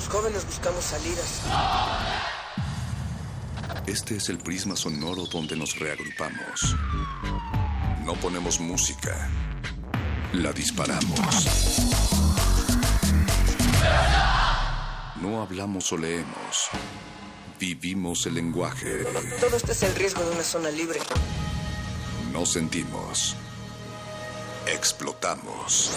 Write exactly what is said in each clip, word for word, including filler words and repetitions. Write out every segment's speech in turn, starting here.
Los jóvenes buscamos salidas. Este es el prisma sonoro donde nos reagrupamos. No ponemos música, la disparamos. No hablamos o leemos, vivimos el lenguaje. Todo esto es el riesgo de una zona libre. No sentimos, explotamos.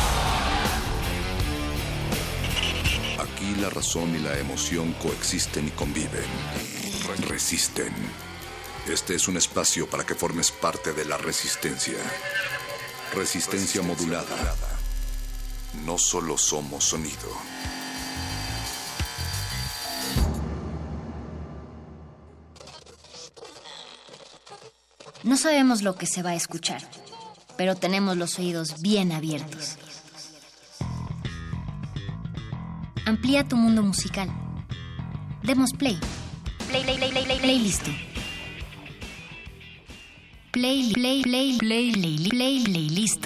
Aquí la razón y la emoción coexisten y conviven. Resisten. Este es un espacio para que formes parte de la resistencia. Resistencia modulada. No solo somos sonido. No sabemos lo que se va a escuchar, pero tenemos los oídos bien abiertos. Amplía tu mundo musical. Demos play. Play, play, play, play, play, play, listo. Play, play, play, play, play, play, play, listo.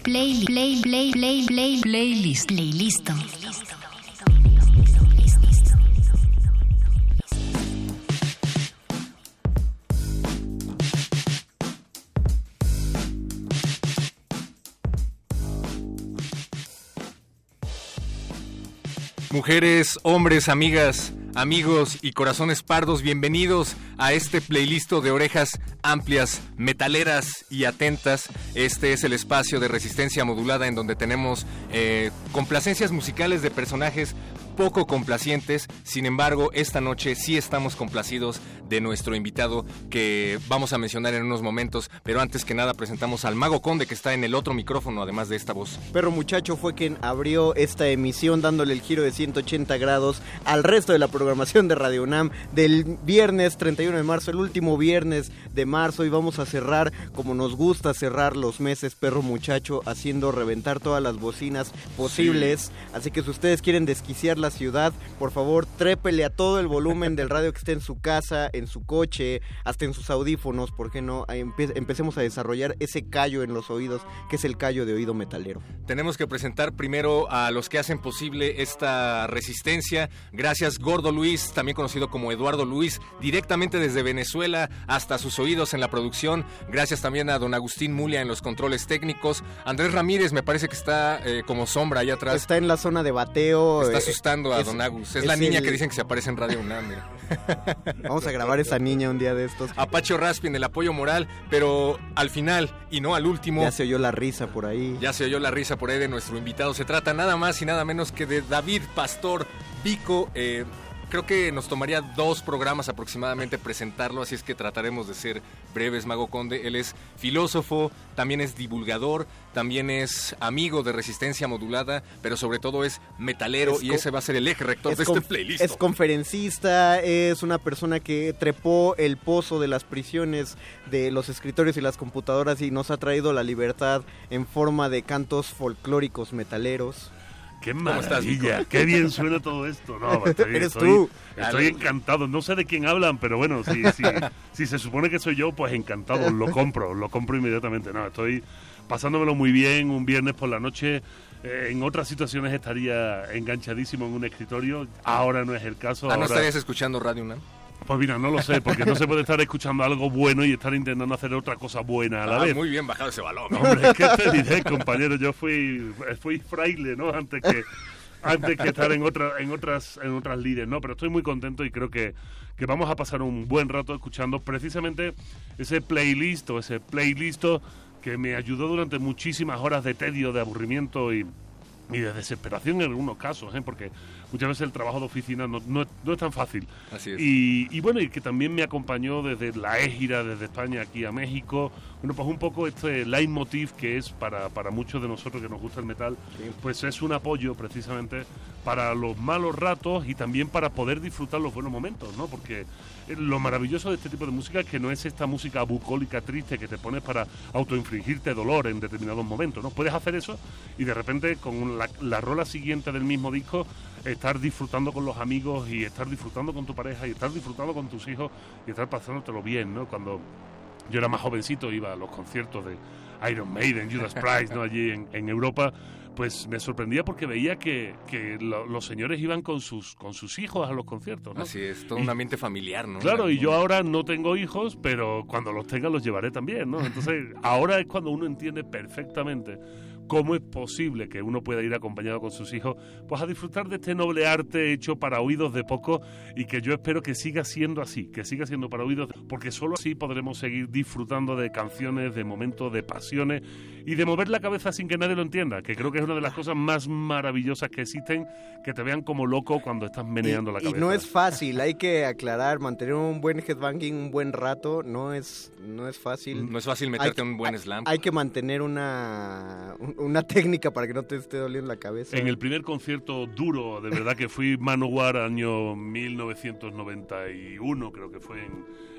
Play, play, play, play, play, playlist, playlist. Mujeres, hombres, amigas, amigos y corazones pardos, bienvenidos a este playlist de orejas amplias, metaleras y atentas. Este es el espacio de resistencia modulada en donde tenemos eh, complacencias musicales de personajes poco complacientes. Sin embargo, esta noche sí estamos complacidos de nuestro invitado que vamos a mencionar en unos momentos, pero antes que nada presentamos al Mago Conde, que está en el otro micrófono, además de esta voz. Perro Muchacho fue quien abrió esta emisión dándole el giro de ciento ochenta grados al resto de la programación de Radio UNAM del viernes treinta y uno de marzo, el último viernes de marzo, y vamos a cerrar como nos gusta cerrar los meses, Perro Muchacho, haciendo reventar todas las bocinas posibles. Sí. Así que si ustedes quieren desquiciar la ciudad, por favor, trépele a todo el volumen del radio que esté en su casa, en su coche, hasta en sus audífonos, ¿por qué no? Empe- empecemos a desarrollar ese callo en los oídos, que es el callo de oído metalero. Tenemos que presentar primero a los que hacen posible esta resistencia. Gracias, Gordo Luis, también conocido como Eduardo Luis, directamente desde Venezuela hasta sus oídos en la producción. Gracias también a don Agustín Mulia en los controles técnicos. Andrés Ramírez me parece que está eh, como sombra allá atrás. Está en la zona de bateo. Está eh, asustando a es, don Agus. Es, es la niña el... que dicen que se aparece en Radio UNAM. Mira. Vamos a grabar esa niña un día de estos. A Pacho Raspi en el apoyo moral, pero al final y no al último. Ya se oyó la risa por ahí. Ya se oyó la risa por ahí de nuestro invitado. Se trata nada más y nada menos que de David Pastor Vico. Eh, creo que nos tomaría dos programas aproximadamente presentarlo, así es que trataremos de ser breves, Mago Conde. Él es filósofo, también es divulgador, también es amigo de Resistencia Modulada, pero sobre todo es metalero, es y ese va a ser el eje rector de este playlist. Es conferencista, es una persona que trepó el pozo de las prisiones de los escritorios y las computadoras y nos ha traído la libertad en forma de cantos folclóricos metaleros. ¡Qué maravilla! ¡Qué bien suena todo esto! No, estoy, Eres estoy, tú. Estoy encantado. No sé de quién hablan, pero bueno, si, si, si se supone que soy yo, pues encantado. Lo compro, lo compro inmediatamente. No, estoy pasándomelo muy bien un viernes por la noche. Eh, en otras situaciones estaría enganchadísimo en un escritorio. Ahora no es el caso. Ah, ¿no ahora... estarías escuchando Radio UNAM? Pues mira, no lo sé, porque no se puede estar escuchando algo bueno y estar intentando hacer otra cosa buena a la ah, vez. Muy bien bajado ese balón. ¿No? Hombre, ¿qué te diré, compañero? Yo fui, fui fraile, ¿no? Antes que... antes que estar en otra, en otras en otras líderes, ¿no? Pero estoy muy contento y creo que, que vamos a pasar un buen rato escuchando precisamente ese playlist o ese playlist que me ayudó durante muchísimas horas de tedio, de aburrimiento y, y de desesperación en algunos casos, ¿eh? Porque muchas veces el trabajo de oficina no, no, no es tan fácil. Así es. Y, y bueno, y que también me acompañó desde la égira, desde España aquí a México. Bueno, pues un poco este leitmotiv que es para, para muchos de nosotros que nos gusta el metal, sí. Pues es un apoyo precisamente para los malos ratos y también para poder disfrutar los buenos momentos, ¿no? Porque lo maravilloso de este tipo de música es que no es esta música bucólica triste que te pones para autoinfligirte dolor en determinados momentos, ¿no? Puedes hacer eso y de repente con la, la rola siguiente del mismo disco estar disfrutando con los amigos y estar disfrutando con tu pareja y estar disfrutando con tus hijos y estar pasándotelo bien, ¿no? Cuando yo era más jovencito iba a los conciertos de Iron Maiden, Judas Priest, ¿no? Allí en, en Europa, pues me sorprendía porque veía que, que lo, los señores iban con sus con sus hijos a los conciertos, ¿no? Así es, todo y, un ambiente familiar, ¿no? Claro, y yo ahora no tengo hijos, pero cuando los tenga los llevaré también, ¿no? Entonces, ahora es cuando uno entiende perfectamente cómo es posible que uno pueda ir acompañado con sus hijos pues a disfrutar de este noble arte hecho para oídos de poco y que yo espero que siga siendo así, que siga siendo para oídos, porque solo así podremos seguir disfrutando de canciones, de momentos, de pasiones y de mover la cabeza sin que nadie lo entienda, que creo que es una de las cosas más maravillosas que existen, que te vean como loco cuando estás meneando y, la cabeza. Y no es fácil, hay que aclarar, mantener un buen headbanging un buen rato no es, no es fácil. No es fácil meterte hay, un buen hay, slam. Hay que mantener una, una técnica para que no te esté doliendo la cabeza. En el primer concierto duro, de verdad que fui Manowar año mil novecientos noventa y uno, creo que fue en,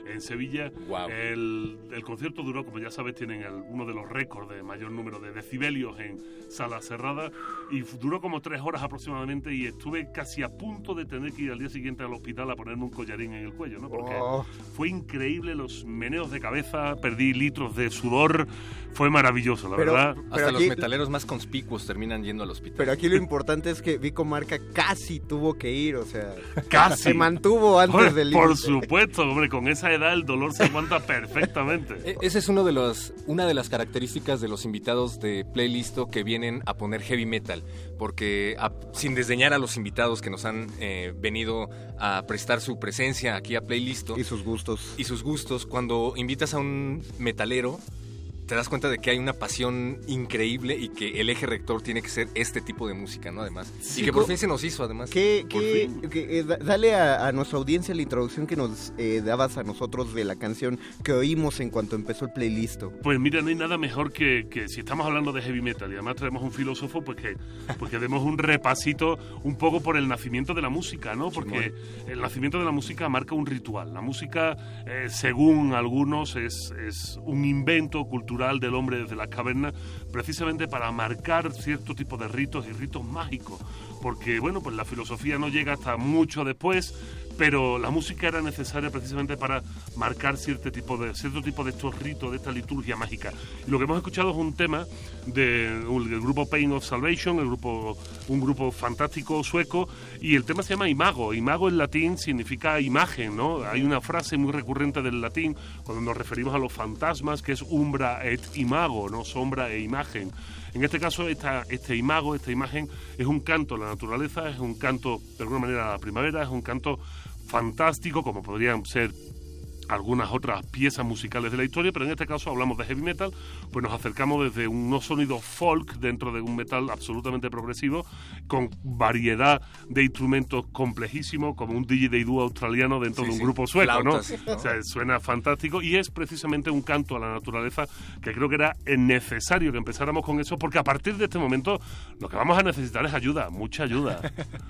en Sevilla. Wow. El, el concierto duró, como ya sabes, tienen el, uno de los récords de mayor número de decibelios en sala cerrada y duró como tres horas aproximadamente y estuve casi a punto de tener que ir al día siguiente al hospital a ponerme un collarín en el cuello, ¿no? Porque oh. fue increíble los meneos de cabeza, perdí litros de sudor, fue maravilloso, la pero, verdad. Pero Hasta aquí, los metaleros más conspicuos terminan yendo al hospital. Pero aquí lo importante es que Vico Marca casi tuvo que ir, o sea, Casi. se mantuvo antes Por, del por límite. supuesto, hombre, con esa edad el dolor se aguanta perfectamente. E- Esa es uno de los, una de las características de los invitados de Playlisto que vienen a poner heavy metal, porque a- sin desdeñar a los invitados que nos han eh, venido a prestar su presencia aquí a Playlisto Y sus gustos. y sus gustos, cuando invitas a un metalero te das cuenta de que hay una pasión increíble y que el eje rector tiene que ser este tipo de música, ¿no? Además, Sí, y que por co- fin se nos hizo, además. ¿Qué, Por qué, fin. qué- eh, da- dale a, a nuestra audiencia la introducción que nos eh, dabas a nosotros de la canción que oímos en cuanto empezó el playlist. Pues mira, no hay nada mejor que, que si estamos hablando de heavy metal y además traemos un filósofo, pues que, pues que demos un repasito un poco por el nacimiento de la música, ¿no? Porque el nacimiento de la música marca un ritual. La música, eh, según algunos, es, es un invento cultural del hombre desde las cavernas, precisamente para marcar cierto tipo de ritos y ritos mágicos. Porque, bueno, pues la filosofía no llega hasta mucho después, pero la música era necesaria precisamente para marcar cierto tipo de cierto tipo de estos ritos, de esta liturgia mágica. Y lo que hemos escuchado es un tema de- del grupo Pain of Salvation, el grupo, un grupo fantástico sueco, y el tema se llama Imago. Imago en latín significa imagen, ¿no? Hay una frase muy recurrente del latín cuando nos referimos a los fantasmas, que es umbra et imago, ¿no? Sombra e imagen. En este caso, esta, este imago, esta imagen, es un canto a la naturaleza, es un canto, de alguna manera, a la primavera, es un canto fantástico, como podrían ser algunas otras piezas musicales de la historia, pero en este caso hablamos de heavy metal, pues nos acercamos desde unos sonidos folk dentro de un metal absolutamente progresivo, con variedad de instrumentos complejísimos, como un didgeridoo australiano dentro Sí, de un sí. grupo sueco, Flautas, ¿no? ¿no? O sea, suena fantástico y es precisamente un canto a la naturaleza que creo que era necesario que empezáramos con eso, porque a partir de este momento lo que vamos a necesitar es ayuda, mucha ayuda.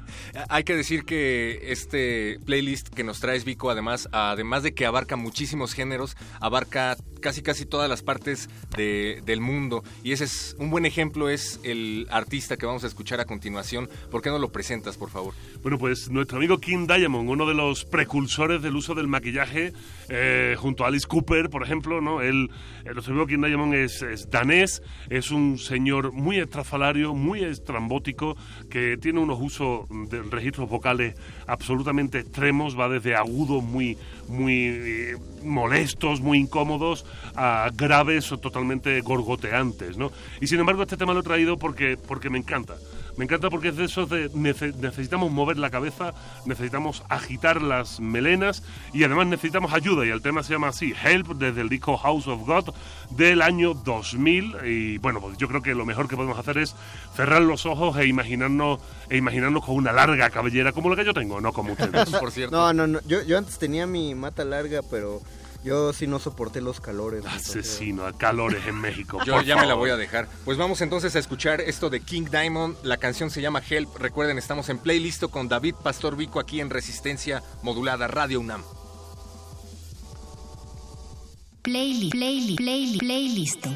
Hay que decir que este playlist que nos traes, Vico, además, además de que abarca muchísimos géneros, abarca casi casi todas las partes de, del mundo, y ese es un buen ejemplo, es el artista que vamos a escuchar a continuación. ¿Por qué no lo presentas, por favor? Bueno, pues nuestro amigo King Diamond, uno de los precursores del uso del maquillaje, eh, junto a Alice Cooper, por ejemplo, ¿no? Él, eh, nuestro amigo King Diamond es, es danés, es un señor muy estrafalario, muy estrambótico, que tiene unos usos de registros vocales absolutamente extremos, va desde agudos muy, muy eh, molestos, muy incómodos, a graves o totalmente gorgoteantes, ¿no? Y sin embargo, este tema lo he traído porque, porque me encanta. Me encanta porque es de esos de nece- necesitamos mover la cabeza, necesitamos agitar las melenas y además necesitamos ayuda. Y el tema se llama así, Help, desde el disco House of God del año dos mil. Y bueno, pues yo creo que lo mejor que podemos hacer es cerrar los ojos e imaginarnos, e imaginarnos con una larga cabellera como la que yo tengo, no como ustedes. Por cierto. No, no, no. Yo, yo antes tenía mi mata larga, pero yo sí no soporté los calores. entonces- Asesino, a calores en México. Yo por ya me la favor. voy a dejar. Pues vamos entonces a escuchar esto de King Diamond. La canción se llama Help. Recuerden, estamos en Playlisto con David Pastor Vico aquí en Resistencia Modulada Radio UNAM. Playlist, playlist, playlist, playlist.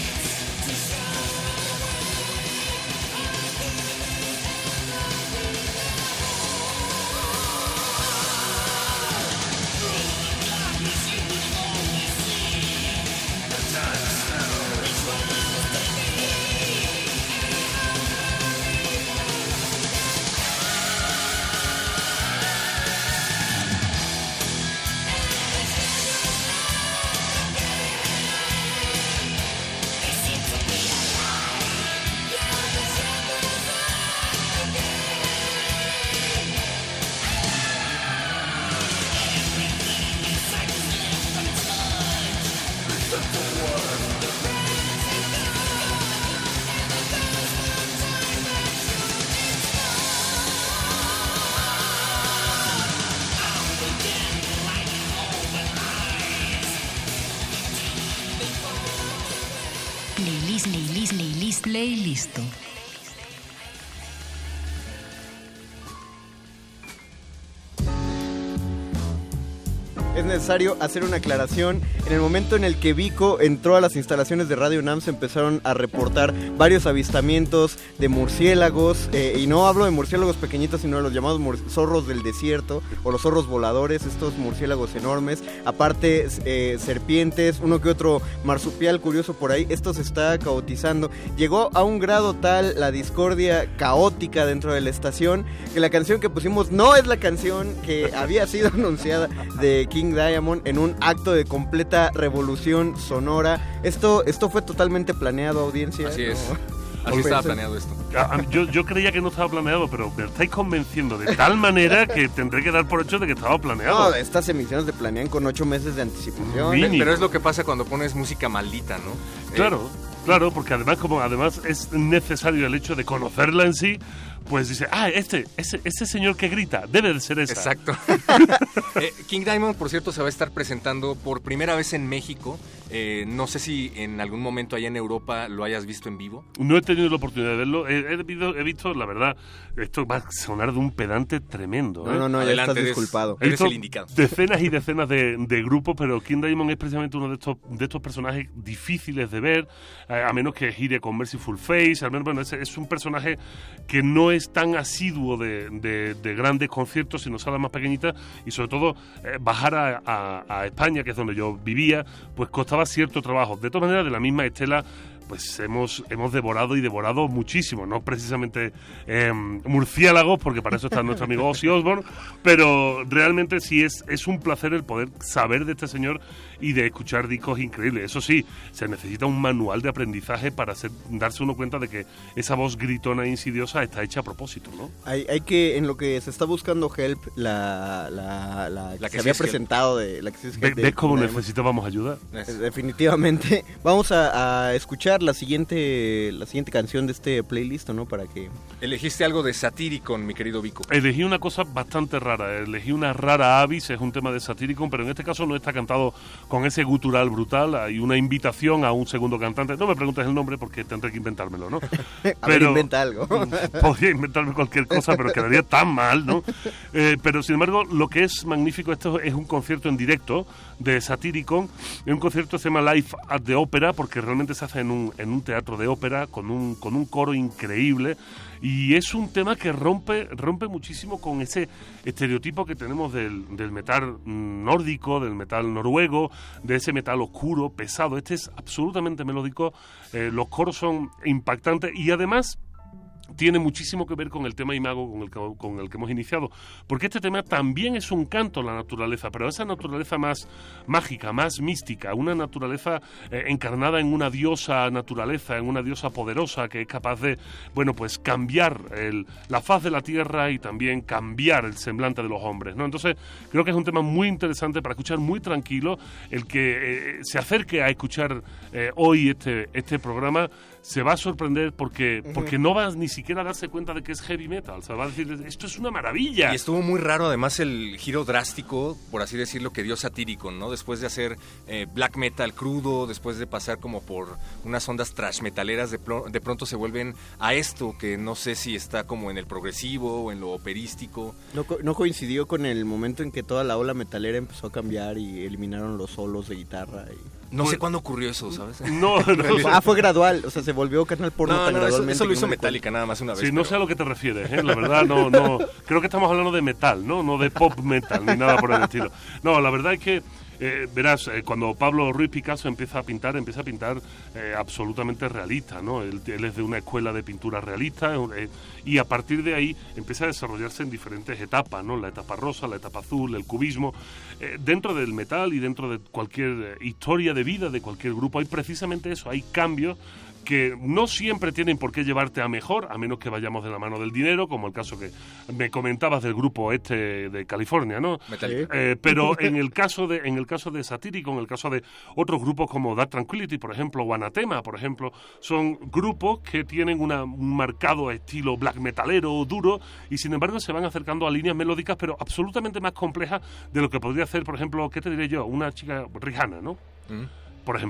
Desire Playlist. Es necesario hacer una aclaración. En el momento en el que Vico entró a las instalaciones de Radio UNAM se empezaron a reportar varios avistamientos de murciélagos, eh, y no hablo de murciélagos pequeñitos, sino de los llamados mur- zorros del desierto o los zorros voladores, estos murciélagos enormes, aparte eh, serpientes, uno que otro marsupial curioso por ahí. Esto se está caotizando. Llegó a un grado tal la discordia caótica dentro de la estación que la canción que pusimos no es la canción que había sido anunciada de King Diamond en un acto de completa revolución sonora. Esto, esto fue totalmente planeado, audiencia. Así ¿no? es. Así estaba planeado esto. A- a- Yo, yo creía que no estaba planeado, pero me estáis convenciendo de tal manera que tendré que dar por hecho de que estaba planeado. No, estas emisiones se planean con ocho meses de anticipación. Mínimo. Pero es lo que pasa cuando pones música maldita, ¿no? Claro, Eh, claro, porque además como además es necesario el hecho de conocerla en sí, pues dice, ah, este, ese, ese señor que grita, debe de ser esa. Exacto. eh, King Diamond, por cierto, se va a estar presentando por primera vez en México. Eh, no sé si en algún momento allá en Europa lo hayas visto en vivo. No he tenido la oportunidad de verlo. He, he visto, he visto, la verdad, esto va a sonar de un pedante tremendo. No, ¿eh? no, no, ya Adelante, estás eres- disculpado. He Eres visto el indicado. Decenas y decenas de, de grupos, pero King Diamond es precisamente uno de estos, de estos personajes difíciles de ver, eh, a menos que gire con Merciful Face. Al menos, bueno, es, es un personaje que no es tan asiduo de, de, de grandes conciertos, sino salas más pequeñitas, y sobre todo eh, bajar a, a, a España, que es donde yo vivía, pues costaba cierto trabajo. De todas maneras, de la misma estela, pues hemos, hemos devorado y devorado muchísimo, no precisamente eh, murciélagos, porque para eso está nuestro amigo Ozzy Osbourne, pero realmente sí es, es un placer el poder saber de este señor y de escuchar discos increíbles. Eso sí, se necesita un manual de aprendizaje para hacer, darse uno cuenta de que esa voz gritona e insidiosa está hecha a propósito, ¿no? Hay, hay que, en lo que se está buscando Help, la, la, la, La que que se sí había es presentado de la que sí es Ve- Help de ¿Ves cómo King Diamond. necesitábamos ayuda? Eh, Definitivamente. Vamos a, a escuchar la siguiente la siguiente canción de este playlist, ¿no? Para que... Elegiste algo de Satyricon, mi querido Vico. Elegí una cosa bastante rara, elegí una rara avis, es un tema de Satyricon, pero en este caso no está cantado con ese gutural brutal, hay una invitación a un segundo cantante, no me preguntes el nombre porque tendré que inventármelo, ¿no? A ver, inventa algo. Podría inventarme cualquier cosa, pero quedaría tan mal, ¿no? Eh, pero sin embargo, lo que es magnífico, esto es un concierto en directo de Satyricon, es un concierto que se llama Live at the Opera, porque realmente se hace en un, en un teatro de ópera, con un, con un coro increíble, y es un tema que rompe, rompe muchísimo con ese estereotipo que tenemos del, del metal nórdico, del metal noruego, de ese metal oscuro, pesado. Este es absolutamente melódico, eh, los coros son impactantes y además tiene muchísimo que ver con el tema imago con el, que, con el que hemos iniciado, porque este tema también es un canto a la naturaleza, pero esa naturaleza más mágica, más mística, una naturaleza eh, encarnada en una diosa naturaleza, en una diosa poderosa que es capaz de, bueno, pues cambiar el, la faz de la tierra y también cambiar el semblante de los hombres, ¿no? Entonces creo que es un tema muy interesante para escuchar, muy tranquilo. El que eh, se acerque a escuchar eh, hoy este, este programa se va a sorprender porque, porque no va ni siquiera a darse cuenta de que es heavy metal. O sea, va a decir, esto es una maravilla. Y estuvo muy raro, además, el giro drástico, por así decirlo, que dio Satyricon, ¿no? Después de hacer eh, black metal crudo, después de pasar como por unas ondas trash metaleras, de, pl- de pronto se vuelven a esto, que no sé si está como en el progresivo o en lo operístico. No, co- no coincidió con el momento en que toda la ola metalera empezó a cambiar y eliminaron los solos de guitarra. Y... No Pues- sé cuándo ocurrió eso, ¿sabes? No, no, Ah, fue gradual, o sea, se volvió canal porno No, tan no, eso, gradualmente. eso lo que hizo no me Metallica nada más una vez. sí, no pero- sé a lo que te refieres, ¿eh? La verdad, no, no. Creo que estamos hablando de metal, ¿no? No de pop metal, ni nada por el estilo. No, la verdad es que, eh, verás, eh, cuando Pablo Ruiz Picasso empieza a pintar, empieza a pintar eh, absolutamente realista, ¿no? Él, él es de una escuela de pintura realista eh, y a partir de ahí empieza a desarrollarse en diferentes etapas, ¿no? La etapa rosa, la etapa azul, el cubismo. Eh, dentro del metal y dentro de cualquier eh, historia de vida de cualquier grupo hay precisamente eso, hay cambios que no siempre tienen por qué llevarte a mejor, a menos que vayamos de la mano del dinero, como el caso que me comentabas del grupo este de California, ¿no? Metallica. Eh, pero en el caso de en el caso de Satyricon, en el caso de otros grupos como Dark Tranquility, por ejemplo, o Anathema, por ejemplo, son grupos que tienen una, un marcado estilo black metalero duro y sin embargo se van acercando a líneas melódicas, pero absolutamente más complejas de lo que podría hacer, por ejemplo, ¿qué te diré yo? Una chica Rihanna, ¿no? Mm. Por ejemplo.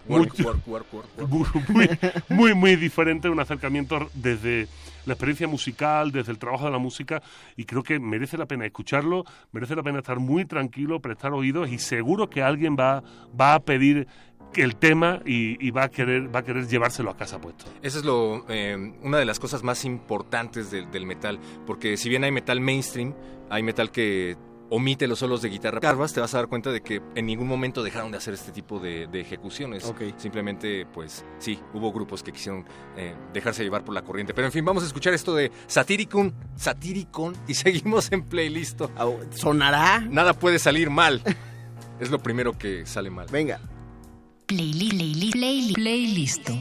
Work, mucho, work, work, work, work. muy, muy, muy, muy diferente, un acercamiento desde la experiencia musical, desde el trabajo de la música, y creo que merece la pena escucharlo, merece la pena estar muy tranquilo, prestar oídos, y seguro que alguien va, va a pedir el tema y, y va a querer va a querer llevárselo a casa puesto. Esa es lo eh, una de las cosas más importantes del, del metal, porque si bien hay metal mainstream, hay metal que omite los solos de guitarra. Carvas, te vas a dar cuenta de que en ningún momento dejaron de hacer este tipo de, de ejecuciones. Okay. Simplemente, pues, sí, hubo grupos que quisieron eh, dejarse llevar por la corriente. Pero en fin, vamos a escuchar esto de Satyricon, Satyricon, y seguimos en playlist. ¿Sonará? Nada puede salir mal. Es lo primero que sale mal. Venga. Playlist, playlist, playlist, playlist.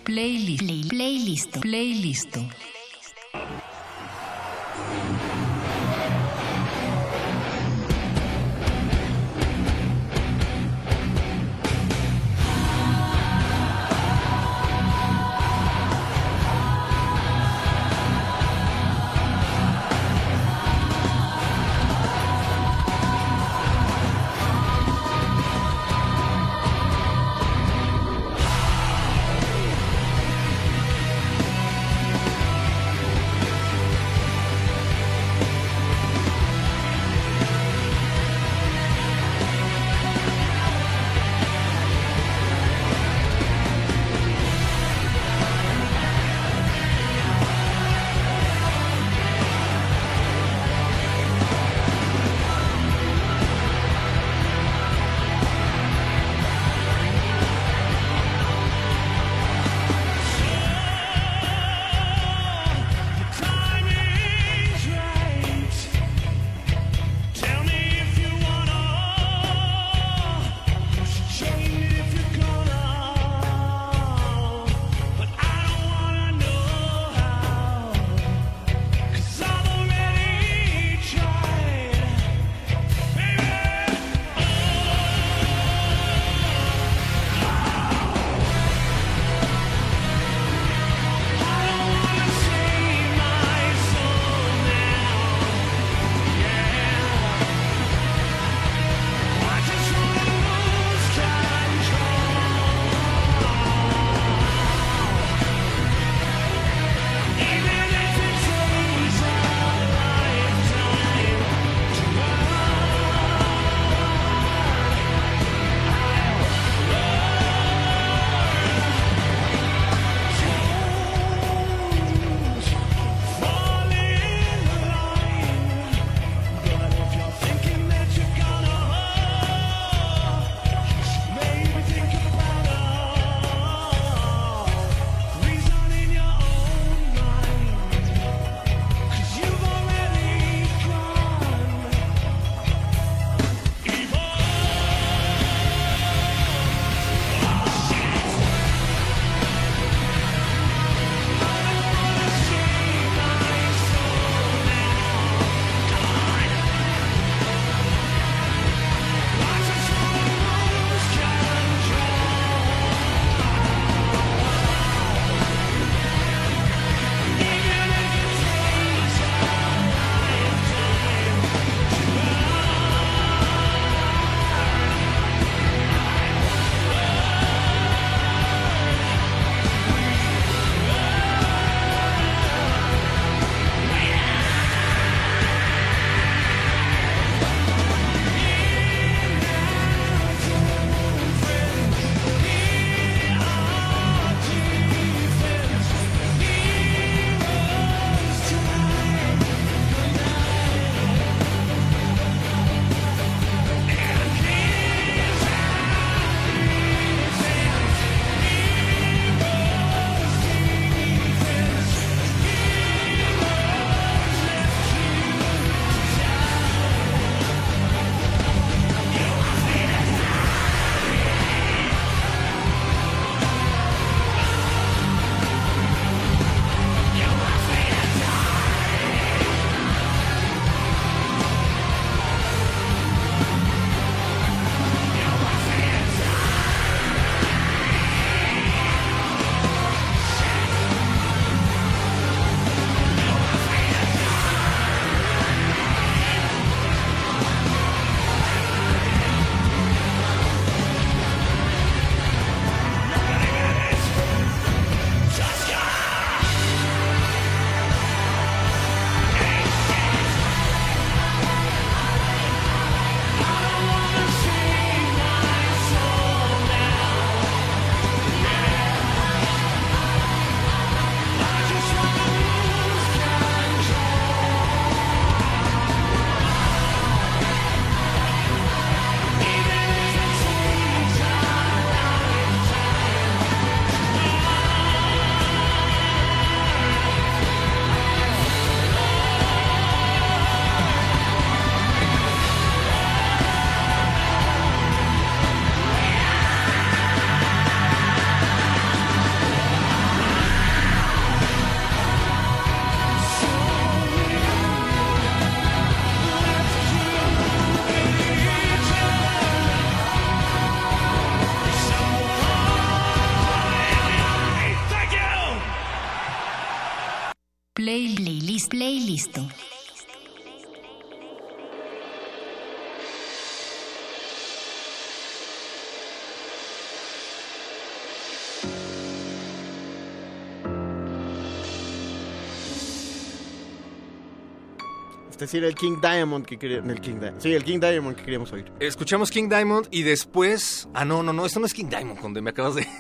Playlist. Play, playlist. Playlist. Playlist. Playlist. Es decir, el King Diamond que queríamos... El King Di- sí, el King Diamond que queríamos oír. Escuchamos King Diamond y después... Ah, no, no, no, esto no es King Diamond, donde me acabas de...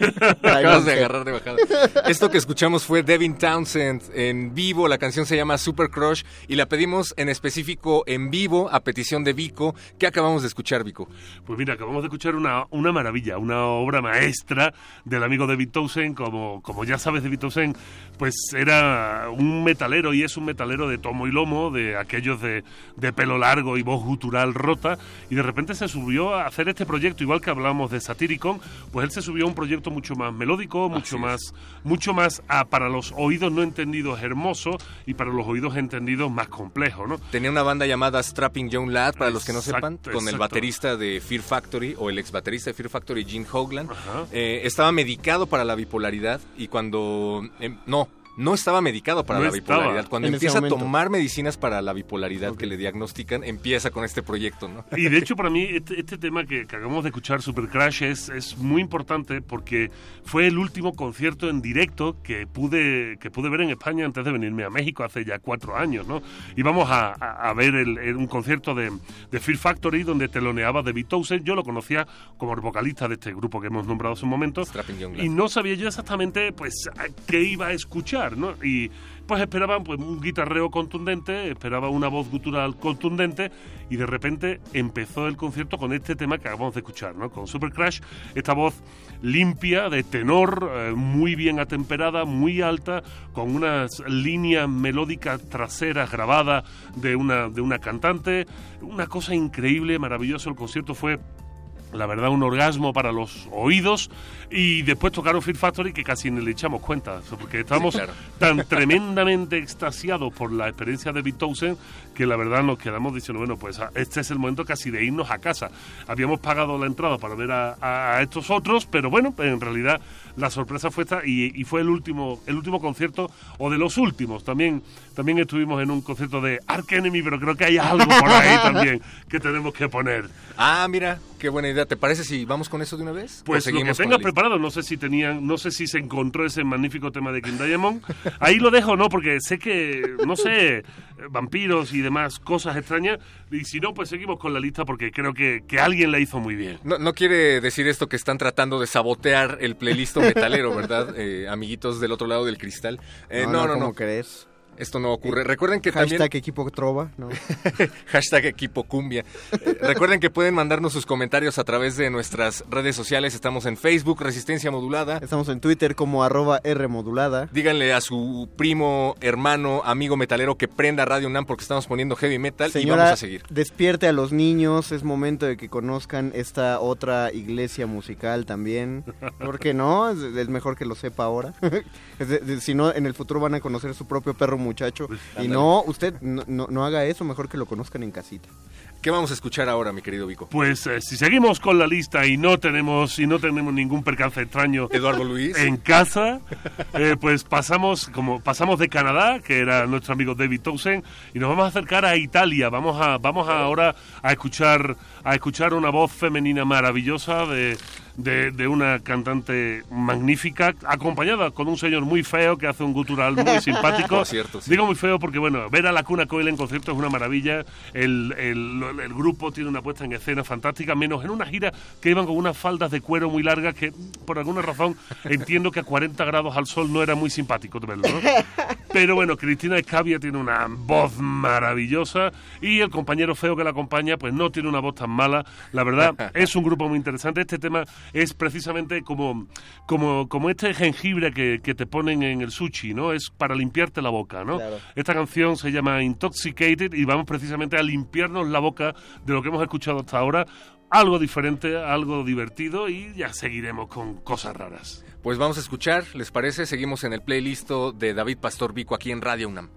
me acabas de agarrar de bajada. Esto que escuchamos fue Devin Townsend en vivo, la canción se llama Super Crush y la pedimos en específico en vivo a petición de Vico. ¿Qué acabamos de escuchar, Vico? Pues mira, acabamos de escuchar una, una maravilla, una obra maestra del amigo David Townsend. Como, como ya sabes, David Townsend pues era un metalero y es un metalero de tomo y lomo, de aquellos de, de pelo largo y voz gutural rota, y de repente se subió a hacer este proyecto, igual que hablábamos de Satyricon, pues él se subió a un proyecto mucho más melódico, mucho Así más, es. mucho más ah, para los oídos no entendidos hermoso y para los oídos entendidos más complejo, ¿no? Tenía una banda llamada Strapping Young Lad, para los que no sepan, Exacto, con el exacto. baterista de Fear Factory, o el ex baterista de Fear Factory, Gene Hoglan. Ajá. Eh, estaba medicado para la bipolaridad y cuando... eh, no, no estaba medicado para No la estaba. bipolaridad. Cuando En ese empieza a momento. tomar medicinas para la bipolaridad Ok. que le diagnostican, empieza con este proyecto, ¿no? Y de hecho para mí este, este tema que, que acabamos de escuchar, Super Crash, es, es muy importante porque fue el último concierto en directo que pude que pude ver en España antes de venirme a México hace ya cuatro años, ¿no? Íbamos a, a, a ver el, el- un concierto de, de Fear Factory donde teloneaba David Townsend. Yo lo conocía como el vocalista de este grupo que hemos nombrado hace un momento Strapping Young Lad. y no sabía yo exactamente pues a qué iba a escuchar, ¿no? Y pues esperaban pues un guitarreo contundente, esperaba una voz gutural contundente y de repente empezó el concierto con este tema que acabamos de escuchar, ¿no? Con Super Crash, esta voz limpia, de tenor, eh, muy bien atemperada, muy alta, con unas líneas melódicas traseras grabadas de una, de una cantante, una cosa increíble, maravilloso. El concierto fue, la verdad, un orgasmo para los oídos, y después tocaron Fear Factory que casi ni le echamos cuenta, porque estábamos Sí, claro. tan tremendamente extasiados por la experiencia de David Townsend que la verdad nos quedamos diciendo, bueno, pues ah, este es el momento casi de irnos a casa. Habíamos pagado la entrada para ver a, a- a estos otros, pero bueno, en realidad la sorpresa fue esta y, y fue el último el último concierto, o de los últimos. También, también estuvimos en un concierto de Arch Enemy, pero creo que hay algo por ahí también que tenemos que poner. Ah, mira, qué buena idea. ¿Te parece si vamos con eso de una vez? ¿O Pues lo que seguimos con tengas la lista? preparado, no sé si tenían, no sé si se encontró ese magnífico tema de King Diamond. Ahí lo dejo, ¿no? Porque sé que, no sé, eh, vampiros y demás cosas extrañas. Y si no, pues seguimos con la lista porque creo que, que alguien la hizo muy bien. No, no quiere decir esto que están tratando de sabotear el playlist metalero, ¿verdad? Eh, amiguitos del otro lado del cristal. Eh, no, no, no. ¿Cómo crees? Esto no ocurre. Recuerden que Hashtag también... equipo trova, ¿no? Hashtag equipo cumbia. Eh, recuerden que pueden mandarnos sus comentarios a través de nuestras redes sociales. Estamos en Facebook, Resistencia Modulada. Estamos en Twitter como arroba R modulada. Díganle a su primo, hermano, amigo metalero que prenda Radio UNAM porque estamos poniendo heavy metal y Señora, vamos a seguir. despierte a los niños, es momento de que conozcan esta otra iglesia musical también. ¿Por qué no? Es, es mejor que lo sepa ahora. Es de- de- si no, en el futuro van a conocer su propio perro muchacho. Y ándale. no, usted no, no, no haga eso, mejor que lo conozcan en casita. ¿Qué vamos a escuchar ahora, mi querido Vico? Pues eh, si seguimos con la lista y no tenemos y no tenemos ningún percance extraño Eduardo Luis. en casa, eh, pues pasamos como pasamos de Canadá, que era nuestro amigo David Townsend, y nos vamos a acercar a Italia. Vamos a vamos a ahora a escuchar a escuchar una voz femenina maravillosa de de, de una cantante magnífica, acompañada con un señor muy feo que hace un gutural muy simpático. Por cierto, sí. Digo muy feo porque, bueno, ver a la Cuna Coil en concierto es una maravilla. El, el, el grupo tiene una puesta en escena fantástica, menos en una gira que iban con unas faldas de cuero muy largas que, por alguna razón, entiendo que a cuarenta grados al sol no era muy simpático de verlo, ¿no? Pero bueno, Cristina Escavia tiene una voz maravillosa y el compañero feo que la acompaña pues no tiene una voz tan mala. La verdad, es un grupo muy interesante. Este tema es precisamente como, como, como este jengibre que, que te ponen en el sushi, ¿no? Es para limpiarte la boca, ¿no? Claro. Esta canción se llama Intoxicated y vamos precisamente a limpiarnos la boca de lo que hemos escuchado hasta ahora. Algo diferente, algo divertido y ya seguiremos con cosas raras. Pues vamos a escuchar, ¿les parece? Seguimos en el playlist de David Pastor Vico aquí en Radio UNAM.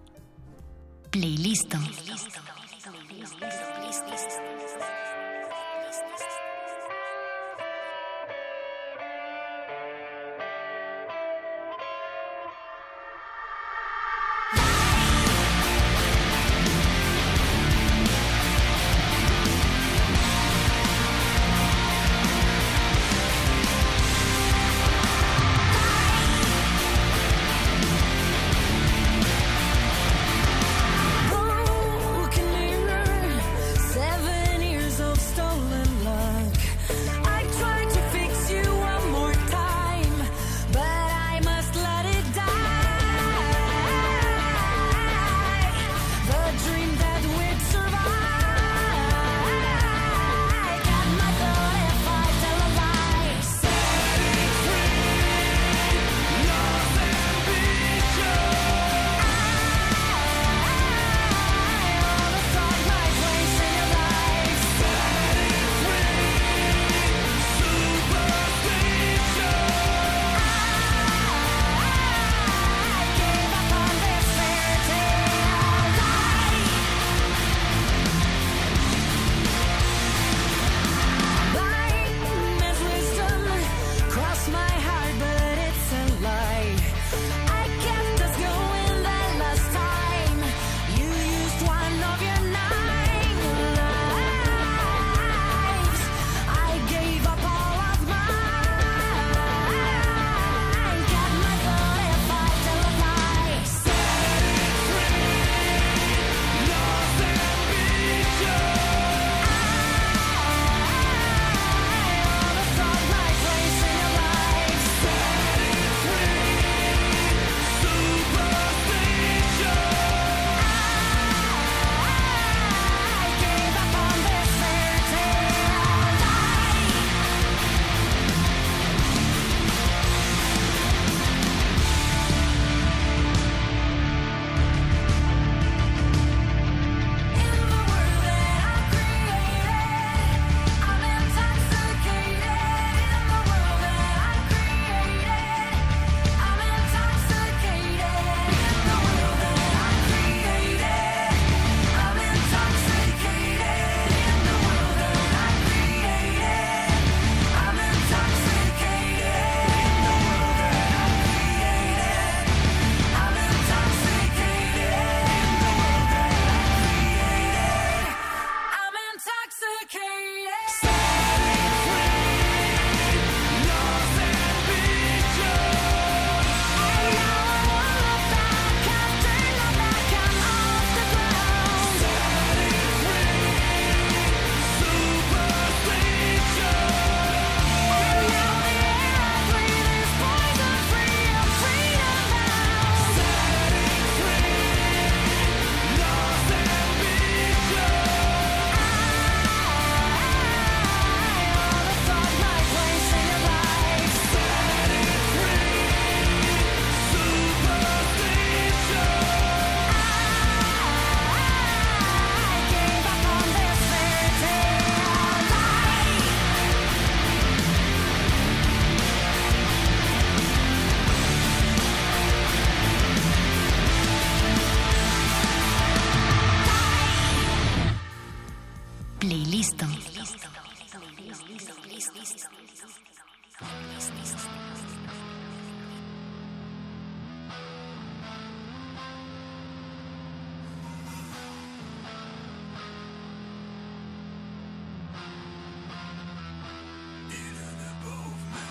Playlist. Thank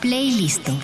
Playlisto.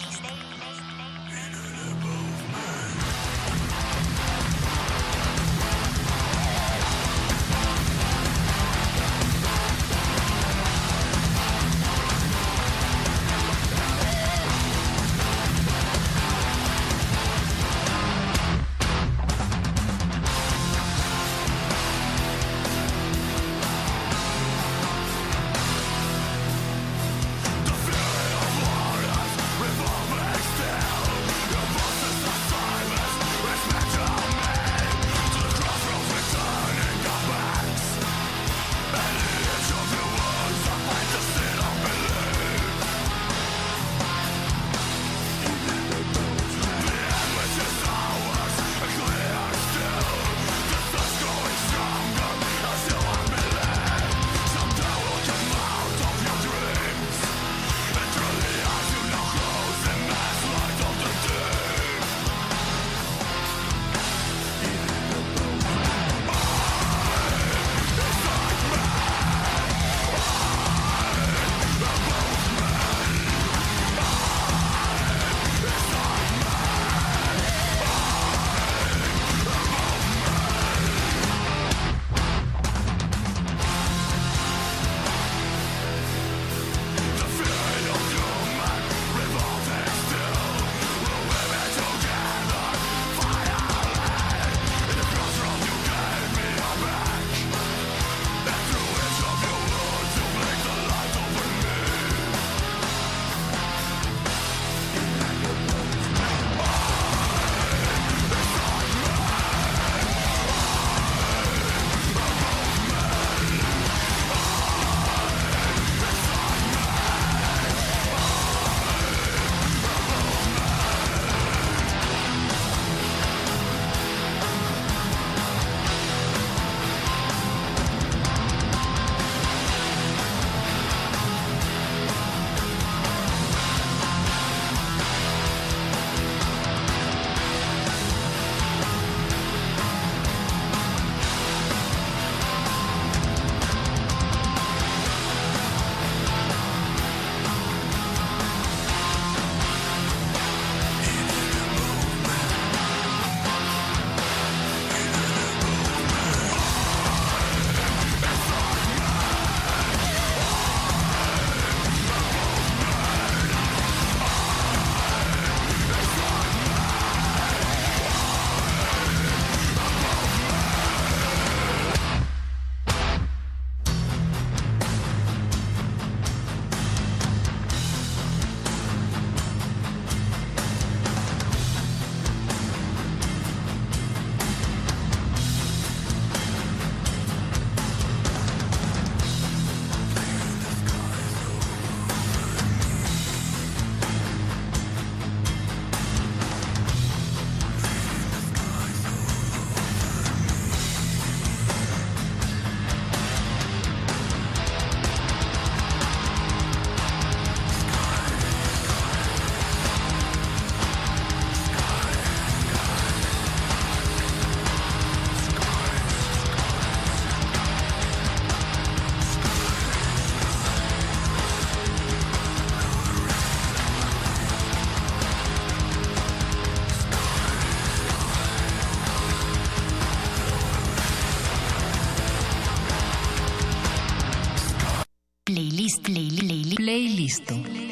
Playlist, playlist, playlisto.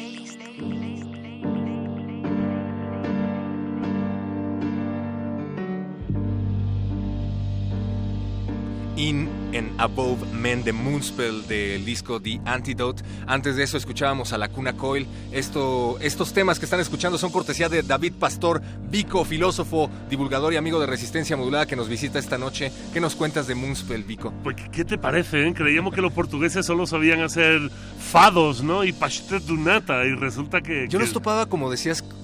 In and Above Men de Moonspell del disco The Antidote. Antes de eso escuchábamos a Lacuna Coil. Esto, estos temas que están escuchando son cortesía de David Pastor, Vico, filósofo, divulgador y amigo de Resistencia Modulada, que nos visita esta noche. ¿Qué nos cuentas de Moonspell, Vico? Pues, ¿qué te parece? Eh? Creíamos que los portugueses solo sabían hacer fados, ¿no? Y pastel de nata, y resulta que... Yo que... los topaba, como decías,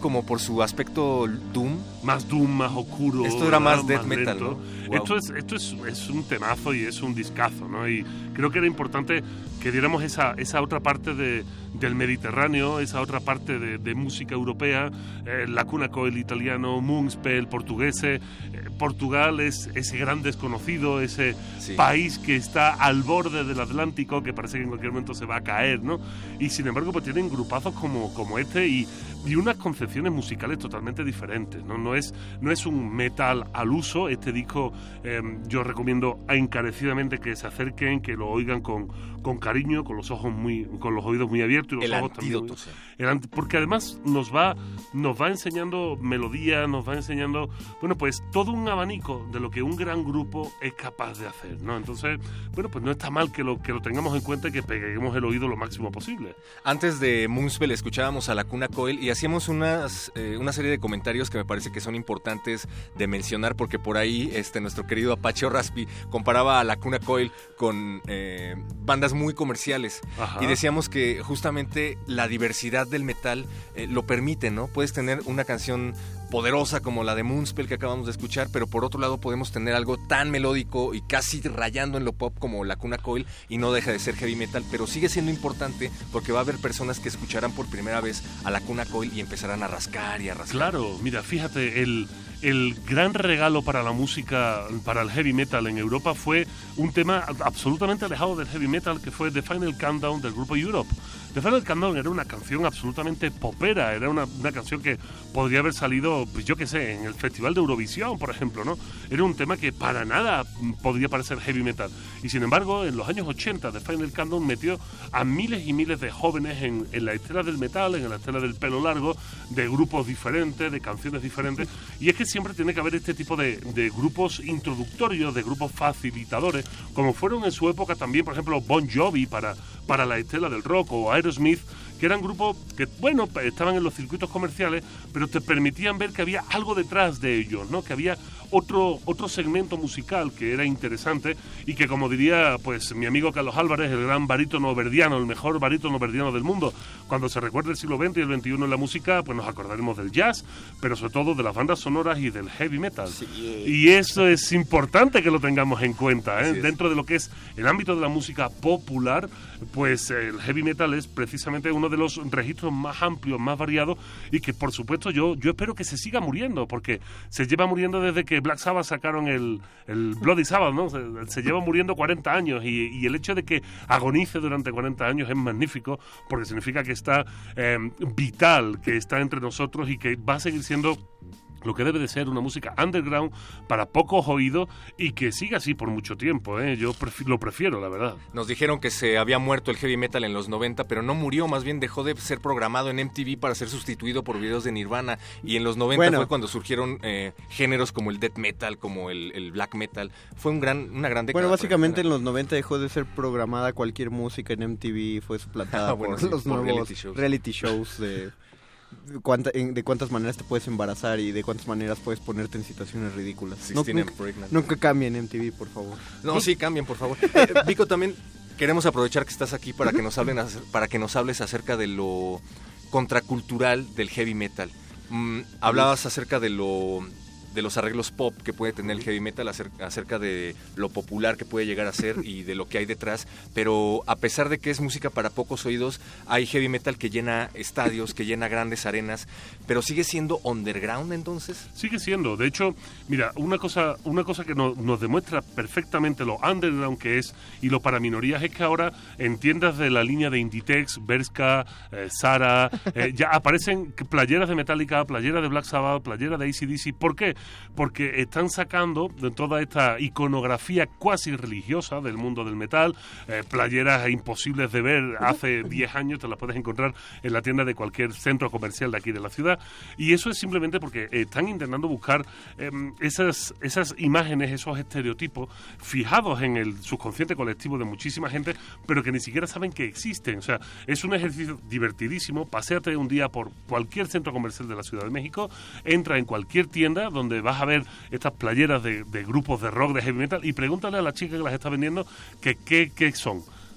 como por su aspecto doom. Más doom, más oscuro. Esto era más más death metal, lento. ¿no? Wow. Esto, es, esto es, es un temazo y es un discazo, ¿no? Y creo que era importante que diéramos esa, esa otra parte de, del Mediterráneo, esa otra parte de, de música europea, eh, la Cuna Coil italiano, Moonspell portugués, eh, Portugal es ese gran desconocido, ese sí. país que está al borde del Atlántico, que parece que en cualquier momento se va a caer, ¿no? Y sin embargo, pues tienen grupazos como, como este y, y unas concepciones musicales totalmente diferentes, ¿no? No es, no es un metal al uso. Este disco eh, yo recomiendo encarecidamente que se acerquen, que lo oigan con, con cariño, con los ojos muy, con los oídos muy abiertos y los el ojos antídoto, también. Sí. El anti, porque además nos va, nos va enseñando melodías, nos va enseñando, bueno, pues todo un abanico de lo que un gran grupo es capaz de hacer, ¿no? Entonces, bueno, pues no está mal que lo, que lo tengamos en cuenta y que peguemos el oído lo máximo posible. Antes de Moonspell escuchábamos a la Cuna Coil y hacíamos unas, eh, una serie de comentarios que me parece que son importantes de mencionar, porque por ahí este, nuestro querido Apache Raspi comparaba a la Cuna Coil con eh, bandas muy comerciales. Ajá. Y decíamos que justamente la diversidad del metal eh, lo permite, ¿no? Puedes tener una canción poderosa como la de Moonspell que acabamos de escuchar, pero por otro lado podemos tener algo tan melódico y casi rayando en lo pop como la Cuna Coil, y no deja de ser heavy metal, pero sigue siendo importante porque va a haber personas que escucharán por primera vez a la Cuna Coil y empezarán a rascar y a rascar. Claro, mira, fíjate, el, el gran regalo para la música, para el heavy metal en Europa fue un tema absolutamente alejado del heavy metal, que fue The Final Countdown del grupo Europe. The Final Countdown era una canción absolutamente popera, era una, una canción que podría haber salido, pues yo qué sé, en el Festival de Eurovisión, por ejemplo, ¿no? Era un tema que para nada podría parecer heavy metal. Y sin embargo, en los años ochenta, The Final Countdown metió a miles y miles de jóvenes en, en la estela del metal, en la estela del pelo largo, de grupos diferentes, de canciones diferentes. Y es que siempre tiene que haber este tipo de, de grupos introductorios, de grupos facilitadores, como fueron en su época también, por ejemplo, Bon Jovi para, para la estela del rock, o Aerosmith, que eran grupos que, bueno, estaban en los circuitos comerciales, pero te permitían ver que había algo detrás de ellos, ¿no? Que había otro, otro segmento musical que era interesante y que, como diría pues mi amigo Carlos Álvarez, el gran barítono verdiano, el mejor barítono verdiano del mundo, cuando se recuerde el siglo veinte y el veintiuno en la música, pues nos acordaremos del jazz, pero sobre todo de las bandas sonoras y del heavy metal. Sí. Y eso es importante que lo tengamos en cuenta, ¿eh? Dentro de lo que es el ámbito de la música popular, pues el heavy metal es precisamente uno de los registros más amplios, más variados, y que por supuesto yo, yo espero que se siga muriendo, porque se lleva muriendo desde que Black Sabbath sacaron el, el Bloody Sabbath, ¿no? Se, se lleva muriendo cuarenta años, y, y el hecho de que agonice durante cuarenta años es magnífico, porque significa que está eh, vital, que está entre nosotros y que va a seguir siendo lo que debe de ser una música underground para pocos oídos, y que siga así por mucho tiempo, ¿eh? Yo prefi- lo prefiero, la verdad. Nos dijeron que se había muerto el heavy metal en los noventa, pero no murió, más bien dejó de ser programado en M T V para ser sustituido por videos de Nirvana, y en los noventa bueno. fue cuando surgieron eh, géneros como el death metal, como el, el black metal. Fue un gran, una gran década. Bueno, básicamente en los noventa dejó de ser programada cualquier música en M T V, fue suplantada ah, bueno, por sí, los por nuevos reality shows, reality shows de... Cuánta, de cuántas maneras te puedes embarazar y de cuántas maneras puedes ponerte en situaciones ridículas. No, nunca, nunca cambien M T V, por favor. No, sí, cambien, por favor. Eh, Vico, también queremos aprovechar que estás aquí para que nos hablen, para que nos hables acerca de lo contracultural del heavy metal. Mm, hablabas acerca de lo de los arreglos pop que puede tener el heavy metal, acerca de lo popular que puede llegar a ser y de lo que hay detrás, pero a pesar de que es música para pocos oídos, hay heavy metal que llena estadios, que llena grandes arenas, pero sigue siendo underground entonces. Sigue siendo, de hecho, mira, una cosa, una cosa que no, nos demuestra perfectamente lo underground que es y lo para minorías es que ahora en tiendas de la línea de Inditex, Bershka, eh, Zara, eh, ya aparecen playeras de Metallica, playeras de Black Sabbath, playeras de A C D C. ¿Por qué? Porque están sacando de toda esta iconografía cuasi religiosa del mundo del metal, eh, playeras imposibles de ver hace diez años, te las puedes encontrar en la tienda de cualquier centro comercial de aquí de la ciudad, y eso es simplemente porque están intentando buscar eh, esas, esas imágenes, esos estereotipos fijados en el subconsciente colectivo de muchísima gente, pero que ni siquiera saben que existen. O sea, es un ejercicio divertidísimo. Paséate un día por cualquier centro comercial de la Ciudad de México, entra en cualquier tienda donde vas a ver estas playeras de, de grupos de rock, de heavy metal, y pregúntale a la chica que las está vendiendo que qué son.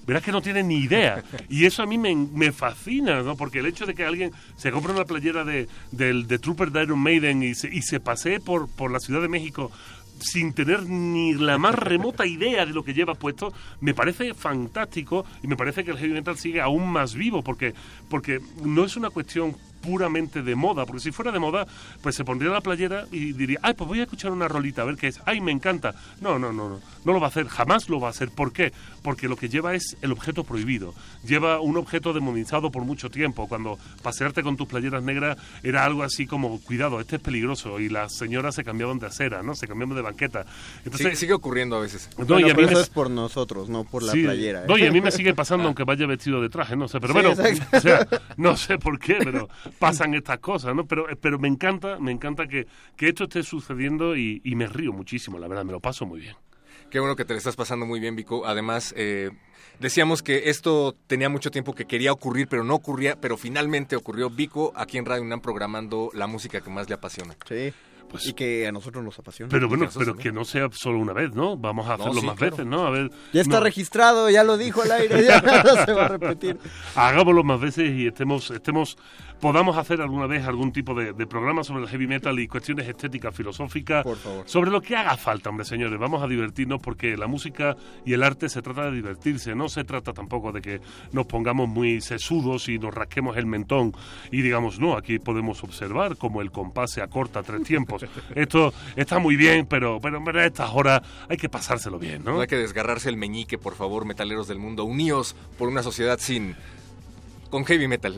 verás que no tiene ni idea. Y eso a mí me, me fascina, ¿no? Porque el hecho de que alguien se compre una playera de, del de Trooper de Iron Maiden y se, y se pasee por, por la Ciudad de México sin tener ni la más remota idea de lo que lleva puesto, me parece fantástico y me parece que el heavy metal sigue aún más vivo, porque, porque no es una cuestión puramente de moda, porque si fuera de moda, pues se pondría la playera y diría, ay, pues voy a escuchar una rolita, a ver qué es, ay, me encanta. No, no, no, no, no lo va a hacer, jamás lo va a hacer. ¿Por qué? Porque lo que lleva es el objeto prohibido, lleva un objeto demonizado por mucho tiempo, cuando pasearte con tus playeras negras era algo así como, cuidado, este es peligroso, y las señoras se cambiaban de acera, ¿no? Se cambiaban de banqueta. Entonces, sí, sigue ocurriendo a veces. No, no, y a mí pero eso me... es por nosotros, no por la sí, playera. ¿eh? No, y a mí me sigue pasando aunque vaya vestido de traje, no sé, pero Sí, bueno, exacto. o sea, no sé por qué, pero pasan estas cosas, ¿no? Pero, pero me encanta, me encanta que, que esto esté sucediendo y, y me río muchísimo, la verdad, me lo paso muy bien. Qué bueno que te lo estás pasando muy bien, Vico. Además, eh, decíamos que esto tenía mucho tiempo que quería ocurrir, pero no ocurría, pero finalmente ocurrió. Vico aquí en Radio UNAM programando la música que más le apasiona. Sí. Pues, y que a nosotros nos apasiona. pero bueno, Eso pero sí, que no sea solo una vez, ¿no? Vamos a hacerlo No, sí, más claro. veces, ¿no? A ver, Ya está no, registrado, ya lo dijo al aire, ya no se va a repetir. hagámoslo más veces y estemos, estemos, podamos hacer alguna vez algún tipo de, de programa sobre el heavy metal y cuestiones estéticas, filosóficas, Por favor. sobre lo que haga falta, hombre, señores. Vamos a divertirnos porque la música y el arte se trata de divertirse, no se trata tampoco de que nos pongamos muy sesudos y nos rasquemos el mentón y digamos, no, aquí podemos observar cómo el compás se acorta a tres tiempos. Esto está muy bien, pero, pero hombre, a estas horas hay que pasárselo bien, ¿no? No hay que desgarrarse el meñique, por favor, metaleros del mundo. Uníos por una sociedad sin... con heavy metal.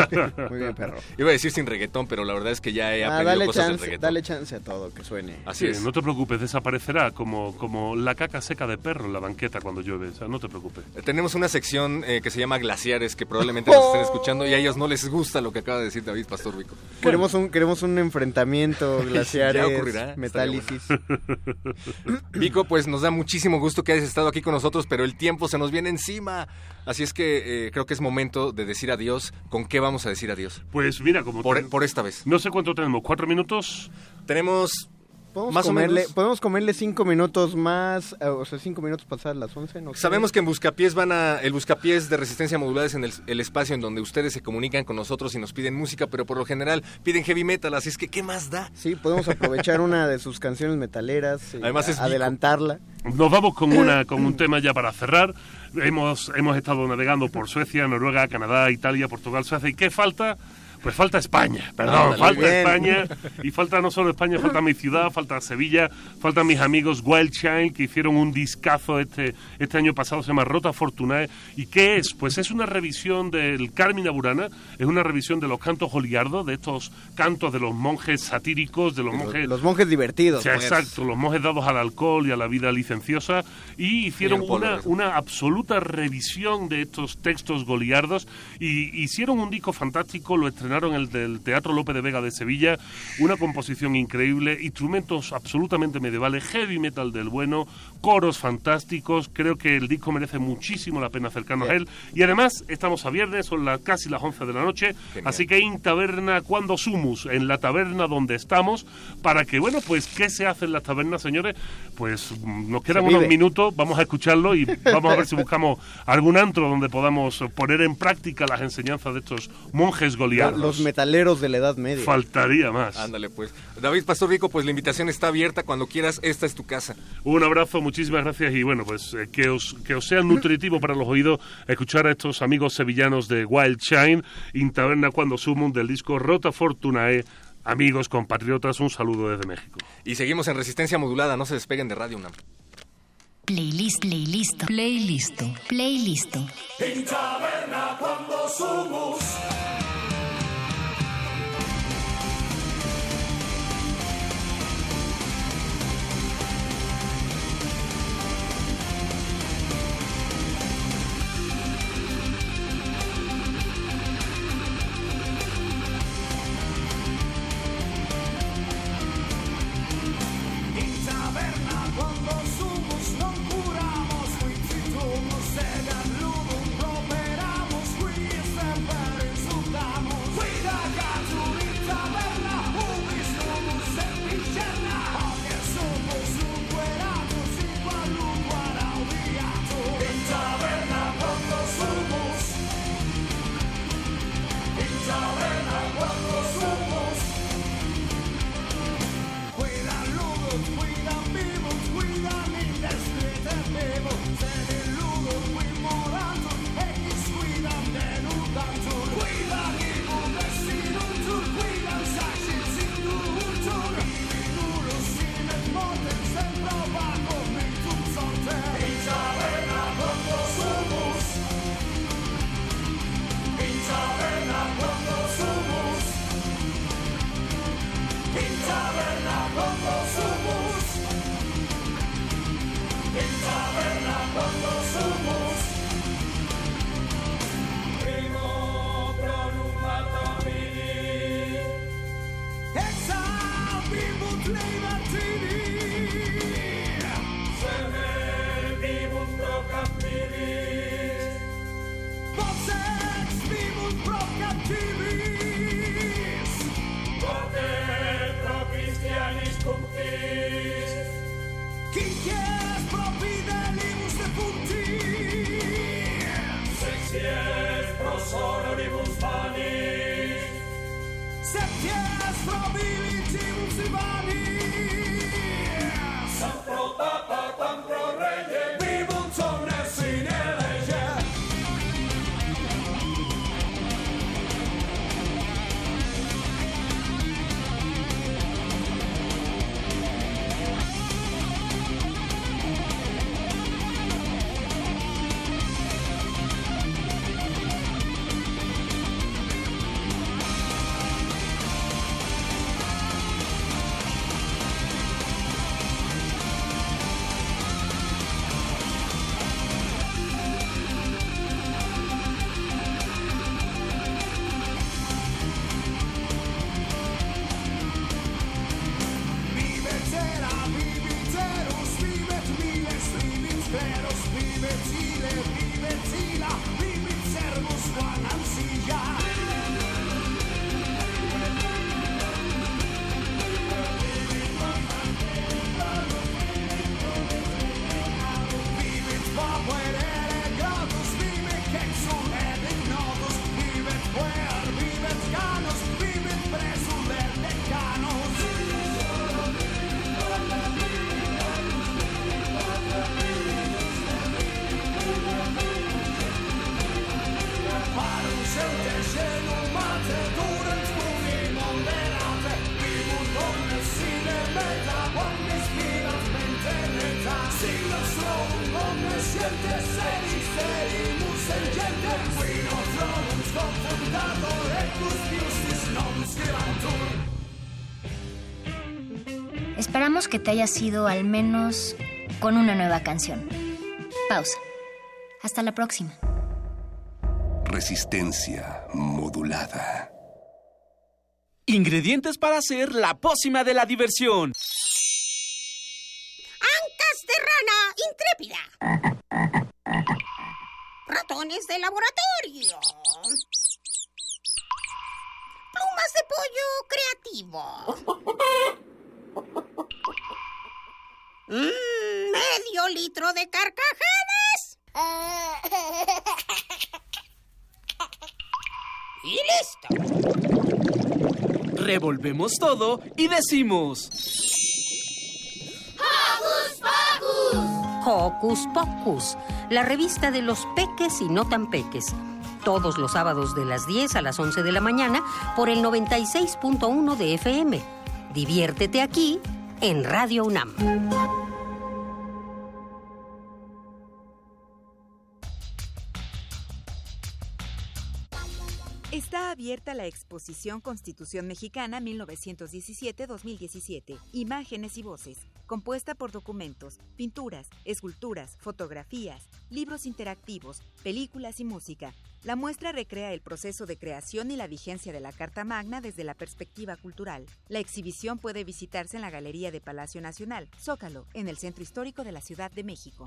Muy bien, perro. Iba a decir sin reggaetón, pero la verdad es que ya he Ah, aprendido dale cosas del chance, reggaetón. dale chance a todo que suene. Así Sí, es. no te preocupes, desaparecerá como, como la caca seca de perro en la banqueta cuando llueve, o sea, no te preocupes. Tenemos una sección eh, que se llama Glaciares, que probablemente nos estén escuchando y a ellos no les gusta lo que acaba de decir David Pastor Vico. Queremos un, queremos un enfrentamiento, glaciares, Ya ocurrirá, metálisis. Vico, pues nos da muchísimo gusto que hayas estado aquí con nosotros, pero el tiempo se nos viene encima. Así es que eh, creo que es momento de decir adiós. ¿Con qué vamos a decir adiós? Pues mira, como... Por, ten- por esta vez. No sé cuánto tenemos, ¿cuatro minutos? Tenemos... ¿Podemos, Más o comerle, menos. ¿Podemos comerle cinco minutos más, eh, o sea, cinco minutos pasadas las once? ¿No? Sabemos que en Buscapiés van a... El Buscapiés de Resistencia Modulada es en el, el espacio en donde ustedes se comunican con nosotros y nos piden música, pero por lo general piden heavy metal, así es que ¿qué más da? Sí, podemos aprovechar una de sus canciones metaleras, y Además es a- adelantarla. Nos vamos con una con un tema ya para cerrar. Hemos, hemos estado navegando por Suecia, Noruega, Canadá, Italia, Portugal, Suecia. ¿Y qué falta? Pues falta España, perdón, Ándale, falta bien. España, y falta no solo España, falta mi ciudad, falta Sevilla, faltan mis amigos Wild Child, que hicieron un discazo este, este año pasado, se llama Rota Fortunae. ¿Y qué es? Pues es una revisión del Carmina Burana, es una revisión de los cantos goliardos, de estos cantos de los monjes satíricos, de los Los, monjes... los monjes divertidos. O sea, pues. exacto, los monjes dados al alcohol y a la vida licenciosa, y hicieron Y al polo, una, eso. una absoluta revisión de estos textos goliardos y hicieron un disco fantástico, lo estrenaron en el del Teatro Lope de Vega de Sevilla, una composición increíble, instrumentos absolutamente medievales, heavy metal del bueno, coros fantásticos. Creo que el disco merece muchísimo la pena acercarnos Bien. a él, y además estamos a viernes, son las, casi las once de la noche. Genial. Así que in taberna cuando sumus, en la taberna donde estamos, para que, bueno, pues, ¿qué se hace en las tabernas, señores? Pues mm, nos quedan Se unos vive. minutos, vamos a escucharlo y vamos a ver si buscamos algún antro donde podamos poner en práctica las enseñanzas de estos monjes goliardos. Los metaleros de la Edad Media. Faltaría más. Ándale, pues. David Pastor Vico, pues la invitación está abierta. Cuando quieras, esta es tu casa. Un abrazo, muchísimas gracias y bueno, pues eh, que os que os sea nutritivo para los oídos escuchar a estos amigos sevillanos de Wild Shine, in taberna cuando sumum, del disco Rota Fortunae. Amigos, compatriotas, un saludo desde México. Y seguimos en Resistencia Modulada. No se despeguen de Radio UNAM. Playlist, playlist, playlist, playlist. In taverna quando sumus non curamus, qui citum segat ludum properamus, qui semper in Esperamos que te hayas ido al menos con una nueva canción. Pausa. Hasta la próxima. Resistencia modulada. Ingredientes para hacer la pócima de la diversión. Ancas de rana intrépida. Ratones de laboratorio. Plumas de pollo creativo. Mm, medio litro de carcajadas. Y listo. Revolvemos todo y decimos... ¡Hocus Pocus! Hocus Pocus, la revista de los peques y no tan peques. Todos los sábados de las diez a las once de la mañana por el noventa y seis punto uno de F M. Diviértete aquí en Radio UNAM. Está abierta la exposición Constitución Mexicana mil novecientos diecisiete a dos mil diecisiete, Imágenes y Voces, compuesta por documentos, pinturas, esculturas, fotografías, libros interactivos, películas y música. La muestra recrea el proceso de creación y la vigencia de la Carta Magna desde la perspectiva cultural. La exhibición puede visitarse en la Galería de Palacio Nacional, Zócalo, en el Centro Histórico de la Ciudad de México.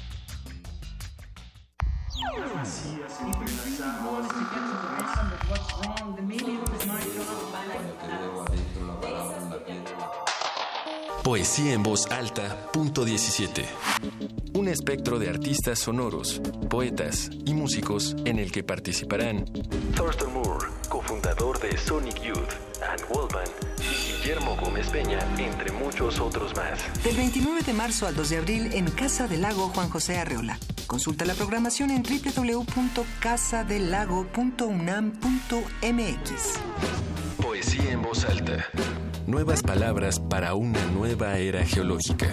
Poesía en voz alta, punto diecisiete. Un espectro de artistas sonoros, poetas y músicos en el que participarán Thurston Moore, cofundador de Sonic Youth and Wallband, y Guillermo Gómez Peña, entre muchos otros más. Del veintinueve de marzo al dos de abril en Casa del Lago Juan José Arreola. Consulta la programación en doble u doble u doble u punto casa del lago punto unam punto m x. Poesía en voz alta. Nuevas palabras para una nueva era geológica.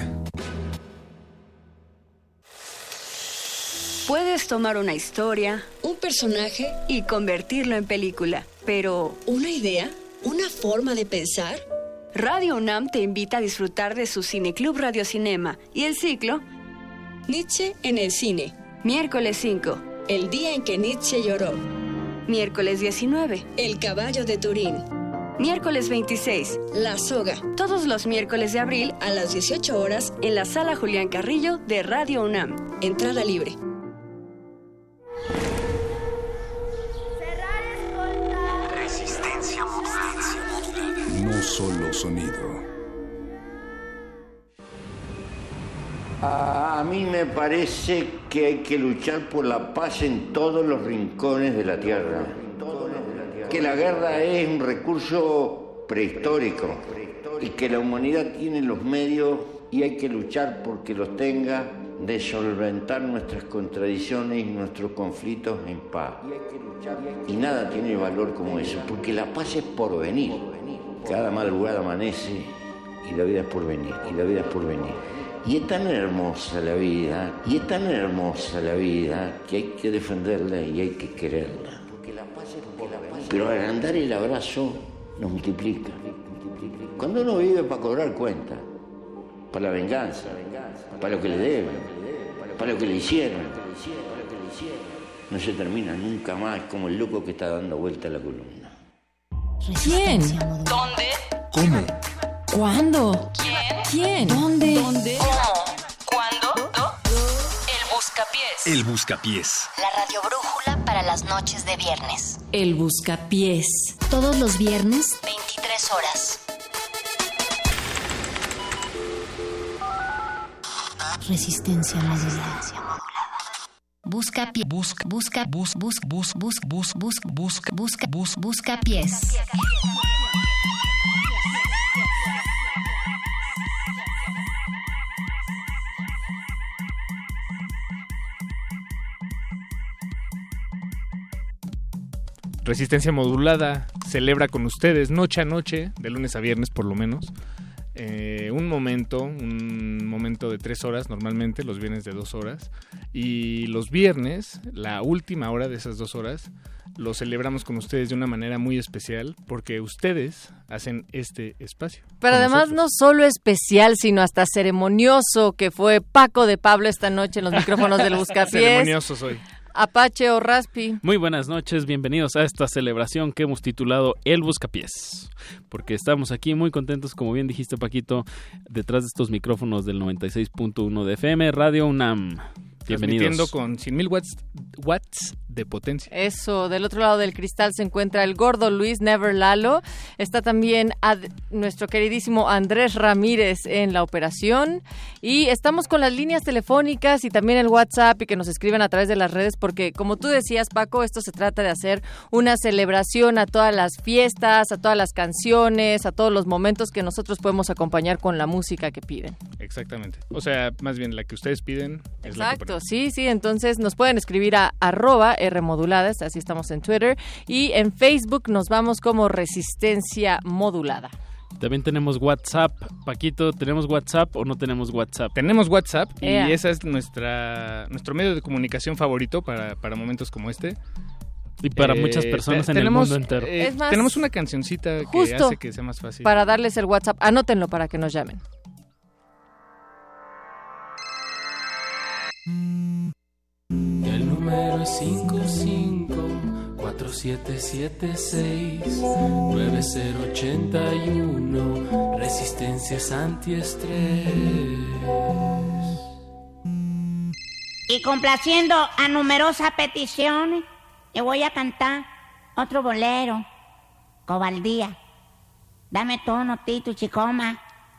Puedes tomar una historia, un personaje y convertirlo en película. Pero, ¿una idea? ¿Una forma de pensar? Radio UNAM te invita a disfrutar de su Cineclub Radiocinema y el ciclo Nietzsche en el cine. Miércoles cinco, el día en que Nietzsche lloró. Miércoles diecinueve, El caballo de Turín. Miércoles veintiséis, La Soga. Todos los miércoles de abril a las dieciocho horas en la Sala Julián Carrillo de Radio UNAM. Entrada libre. Resistencia modulada. No solo sonido. A mí me parece que hay que luchar por la paz en todos los rincones de la Tierra. Que la guerra es un recurso prehistórico y que la humanidad tiene los medios y hay que luchar porque los tenga de solventar nuestras contradicciones y nuestros conflictos en paz. Y nada tiene valor como eso, porque la paz es por venir. Cada madrugada amanece y la vida es por venir, y la vida es por venir. Y es tan hermosa la vida, y es tan hermosa la vida que hay que defenderla y hay que quererla. Pero agrandar el abrazo nos multiplica. Cuando uno vive para cobrar cuenta, para la venganza, para lo que le deben, para lo que le hicieron, no se termina nunca más como el loco que está dando vuelta a la columna. ¿Quién? ¿Dónde? ¿Cómo? ¿Cuándo? ¿Quién? ¿Quién? ¿Dónde? ¿Dónde? ¿Cómo? ¿Cuándo? El Buscapiés. El Buscapiés. La radiobrújula para las noches de viernes. El Buscapiés. Todos los viernes, veintitrés horas. Resistencia modulada. Busca pie, busca, busca, bus, bus, bus, bus, bus, bus, busca, busca, bus, busca pies. Resistencia modulada celebra con ustedes noche a noche, de lunes a viernes por lo menos, eh, un momento, un momento de tres horas normalmente, los viernes de dos horas, y los viernes, la última hora de esas dos horas, lo celebramos con ustedes de una manera muy especial porque ustedes hacen este espacio. Pero además nosotros. No solo especial, sino hasta ceremonioso, que fue Paco de Pablo esta noche en los micrófonos del Buscapiés. Ceremonioso soy. Apache o Raspi. Muy buenas noches, bienvenidos a esta celebración que hemos titulado El Buscapiés, porque estamos aquí muy contentos, como bien dijiste Paquito, detrás de estos micrófonos del noventa y seis punto uno de F M, Radio UNAM. Bienvenidos. Transmitiendo con cien mil watts, watts de potencia. Eso, del otro lado del cristal se encuentra el gordo Luis Never Lalo. Está también ad, nuestro queridísimo Andrés Ramírez en la operación. Y estamos con las líneas telefónicas y también el WhatsApp y que nos escriben a través de las redes porque, como tú decías, Paco, esto se trata de hacer una celebración a todas las fiestas, a todas las canciones, a todos los momentos que nosotros podemos acompañar con la música que piden. Exactamente. O sea, más bien la que ustedes piden es Exacto, la que ponemos. Sí, sí, entonces nos pueden escribir a arroba Rmoduladas, así estamos en Twitter, y en Facebook nos vamos como Resistencia Modulada. También tenemos WhatsApp. Paquito, ¿tenemos WhatsApp o no tenemos WhatsApp? Tenemos WhatsApp y Yeah. esa es nuestra nuestro medio de comunicación favorito para, para momentos como este. Y para Eh, muchas personas te- en tenemos, el mundo entero. eh, Es más, tenemos una cancioncita que justo hace que sea más fácil. Para darles el WhatsApp, anótenlo para que nos llamen. El número es cinco cinco cuatro siete siete seis nueve cero ocho uno. Resistencia es antiestrés. Y complaciendo a numerosas peticiones, le voy a cantar otro bolero. Cobardía. Dame tono, Tito, chicoma.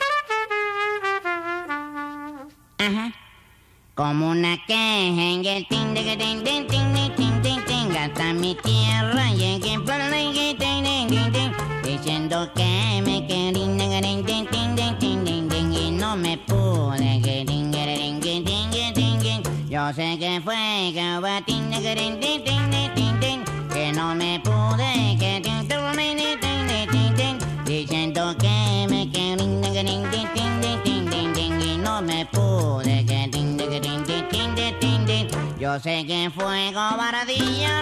Ajá. Como una queja en el tin de que tin tin tin tin tin tin tin hasta mi tierra llegué por la que tin tin tin tin diciendo que me querían tin tin tin tin tin tin tin y no me pude que tin tin tin tin tin tin yo sé que fue que va tin tin tin tin tin tin tin que no me pude que tin tin tin tin tin diciendo que me querían tin tin tin tin tin tin y no me pude que tin yo sé que fue cobardía,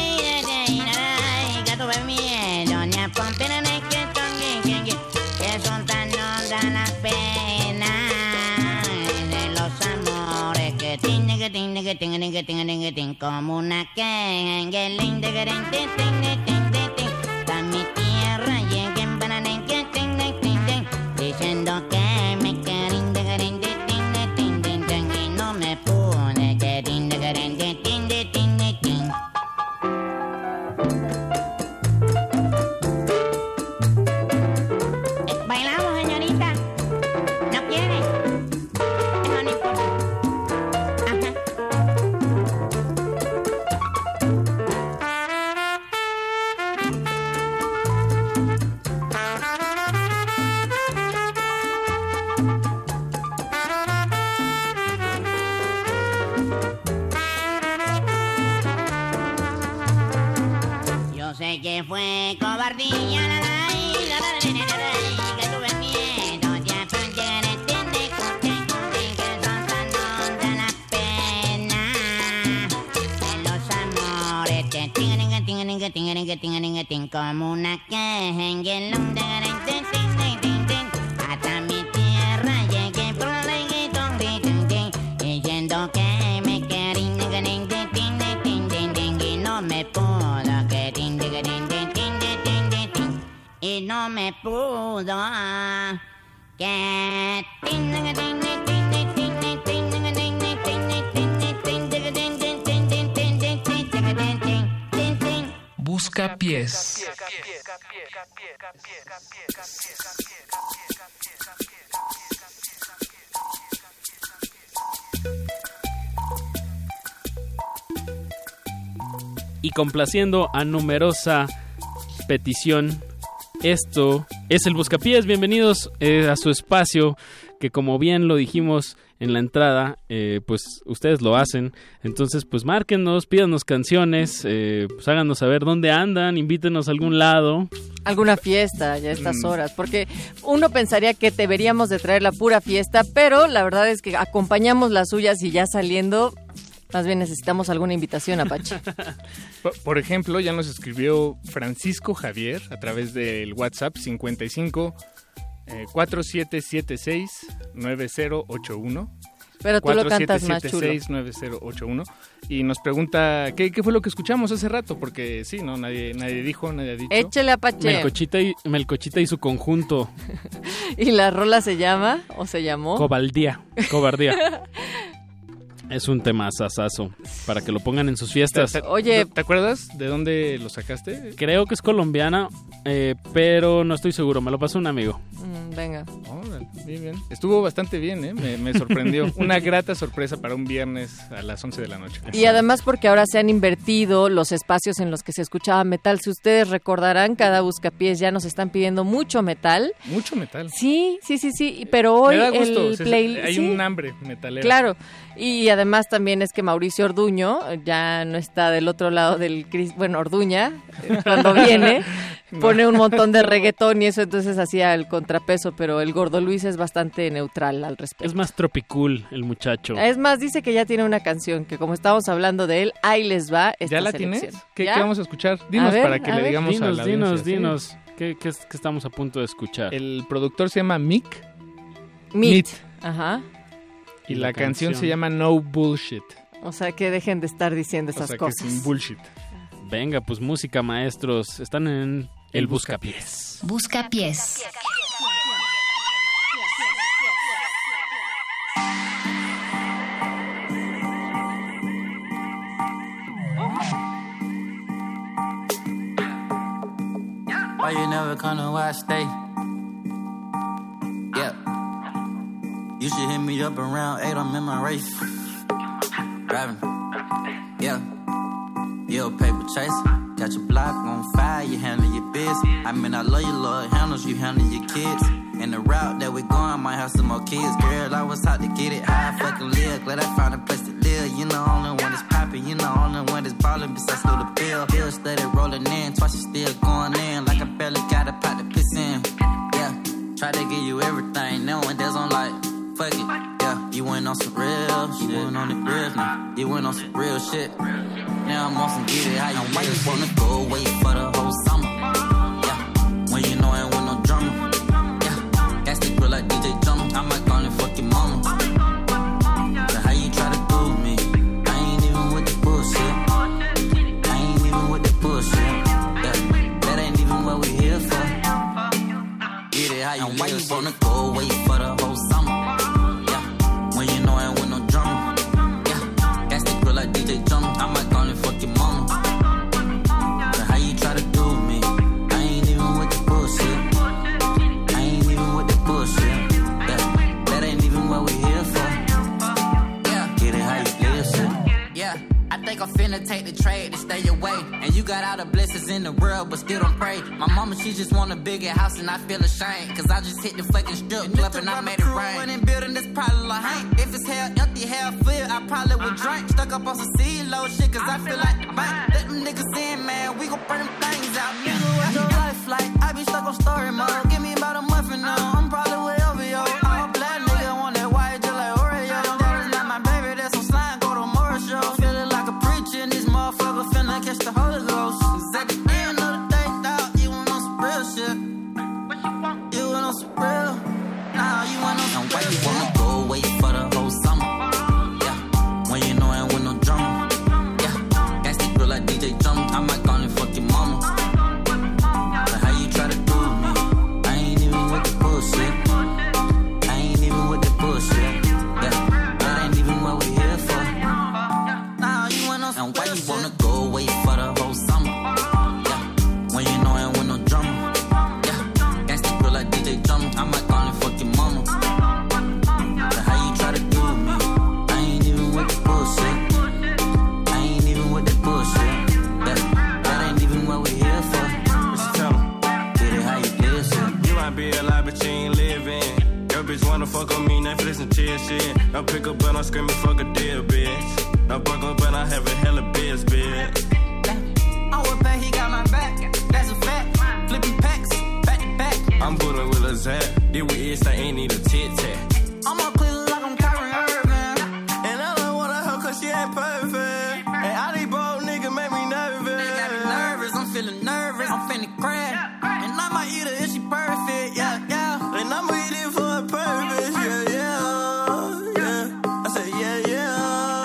que tuve miedo, ni a ponte en el que que son tan hondas las penas de los amores que tiene que tiene que tiene que tiene que tiene como una que en el linde que tiene que tiene que tiene mi tierra llegué como una quejenguelón, hasta mi tierra llegué por la diciendo que me querían y no me pudo, y no me pudo, que Buscapiés. Y complaciendo a numerosa petición, esto es el Buscapiés. Bienvenidos eh, a su espacio, que como bien lo dijimos en la entrada, eh, pues ustedes lo hacen. Entonces, pues márquenos, pídanos canciones, eh, pues háganos saber dónde andan, invítenos a algún lado. Alguna fiesta ya a estas horas, porque uno pensaría que deberíamos de traer la pura fiesta, pero la verdad es que acompañamos las suyas y ya saliendo, más bien necesitamos alguna invitación, Apache. Por, por ejemplo, ya nos escribió Francisco Javier a través del WhatsApp cincuenta y cinco cuatro siete siete seis nueve cero ocho uno. Pero tú lo cantas más chulo. cuatro siete siete seis nueve cero ocho uno. Y nos pregunta ¿qué, qué fue lo que escuchamos hace rato, porque sí, no, nadie nadie dijo, nadie ha dicho. Échale, Apache. Melcochita y, Melcochita y su conjunto. ¿Y la rola se llama o se llamó? Cobardía. Cobardía. Es un tema sasazo para que lo pongan en sus fiestas. Oye, ¿te acuerdas de dónde lo sacaste? Creo que es colombiana, eh, pero no estoy seguro. Me lo pasó un amigo. Mm, venga. Oh, bien, bien. Estuvo bastante bien, ¿eh? Me, me sorprendió. Una grata sorpresa para un viernes a las once de la noche. Y además porque ahora se han invertido los espacios en los que se escuchaba metal. Si ustedes recordarán, cada Buscapiés ya nos están pidiendo mucho metal. Mucho metal. Sí, sí, sí, sí. Pero hoy me da gusto. el play... Hay ¿sí? un hambre metalero. Claro. Y además también es que Mauricio Orduño ya no está del otro lado del... Bueno, Orduña, cuando viene, no. pone un montón de reggaetón y eso, entonces hacía el contrapeso, pero el Gordo Luis es bastante neutral al respecto. Es más tropicool el muchacho. Es más, dice que ya tiene una canción, que como estábamos hablando de él, ahí les va esta ¿Ya la selección. tienes? ¿Qué, ¿Qué vamos a escuchar? Dinos a ver, para que le ver. digamos dinos, a la dinos, audiencia. Dinos, ¿sí? dinos. ¿Qué, qué, ¿Qué estamos a punto de escuchar? El productor se llama Mick. Meat. Ajá. Y la, la canción, canción se llama No Bullshit. O sea, que dejen de estar diciendo esas o sea, cosas. Que sin bullshit. Venga, pues música, maestros. Están en el Buscapiés. Buscapiés. Why you never come to where I stay? Yeah. You should hit me up around eight, I'm in my race. Driving. Yeah. You a paper chaser. Got your block on fire, you handle your biz. I mean, I love your Lord handles, you handle your kids. And the route that we going might have some more kids. Girl, I was taught to get it high, fucking live. Glad I found a place to live. You know, only one that's poppin', you know, only one that's ballin'. Besides, through the bill. Bill steady rollin' in, twice you still going in. Like I barely got a pot to piss in. Yeah, try to give you everything. No one does on like, fuck it. Yeah, you went on some real shit. You went on the real now. You went on some real shit. Now I'm on some get it. How you why you wanna go wait for the whole summer? Yeah, when you know I ain't with no drama. Yeah, gas the grill like D J Drummer. I might call and fuck your mama. But how you try to do me? I ain't even with the bullshit. I ain't even with the bullshit. Yeah, that ain't even what we here for. Get it how you and why you wanna go wait for the whole summer? Yeah, when you know I ain't with no drama. Yeah, gas the grill like D J Drummer. I might call and fuck your mama. But how you try to do me? I ain't even with the bullshit. I ain't even with the bullshit. Yeah, that ain't even what we here for. Yeah, get it how you live, shit. Yeah, I think I'm finna take the trade to stay away. And you got all the blessings in the world, but still don't pray. My mama, she just want a bigger house and I feel ashamed. Cause I just hit the fucking strip club and I made it rain. Running building this probably like Hank. If it's hell empty, hell filled, I probably would drink. Stuck up on some C-Lo shit cause I feel like the bank. Let them niggas in, man, we gon' burn them things out. Nigga, what's your life like? I be stuck on story mode. Give me about a month and now I'm probably way over, yo. All black nigga want that white just like Oreo. That is not my baby, that's some slime, go to Morris show. Feeling like a preacher in this motherfucker, finna catch the Holy Ghost. Cause at the end of the day, dog, on some real. Nah, you want on some real. Why you wanna go away for the whole summer? Yeah, when you know ain't with no drama. Yeah, gas the grill like D J Drama. I might call and fuck your mama. But how you try to do me? I ain't even with the bullshit. I ain't even with the bullshit. Yeah, that ain't even what we here for. Nah, you want on some real. And why you wanna go away for the whole summer? Yeah, when you know ain't with no drama. Yeah, gas the grill like D J Drama. I might call and fuck your mama. But how you try to do me? I ain't even with the bullshit. I ain't even with the bullshit. Yeah, that ain't even what we here for. What you tell 'em? Get it how you live, shit. You might be alive, but you ain't living. Your bitch wanna fuck on me, Netflix and chill shit. I pick up and I screaming, fuck a deal, bitch. I buck up and I have a hella biz, bitch. I'm with back, he got my back. That's a fact. Flipping packs, back to back. I'm pulling with a zap. This with it, I ain't need a tit tat. I'm on clear like I'm Kyrie Irving. And I don't want her cause she ain't perfect. And all these broke niggas make me nervous. They got me nervous, I'm feeling nervous. I'm finna crash. And I might eat her if she perfect, yeah, yeah. And I'ma eat it for a purpose, yeah, yeah, yeah. I said, yeah, yeah.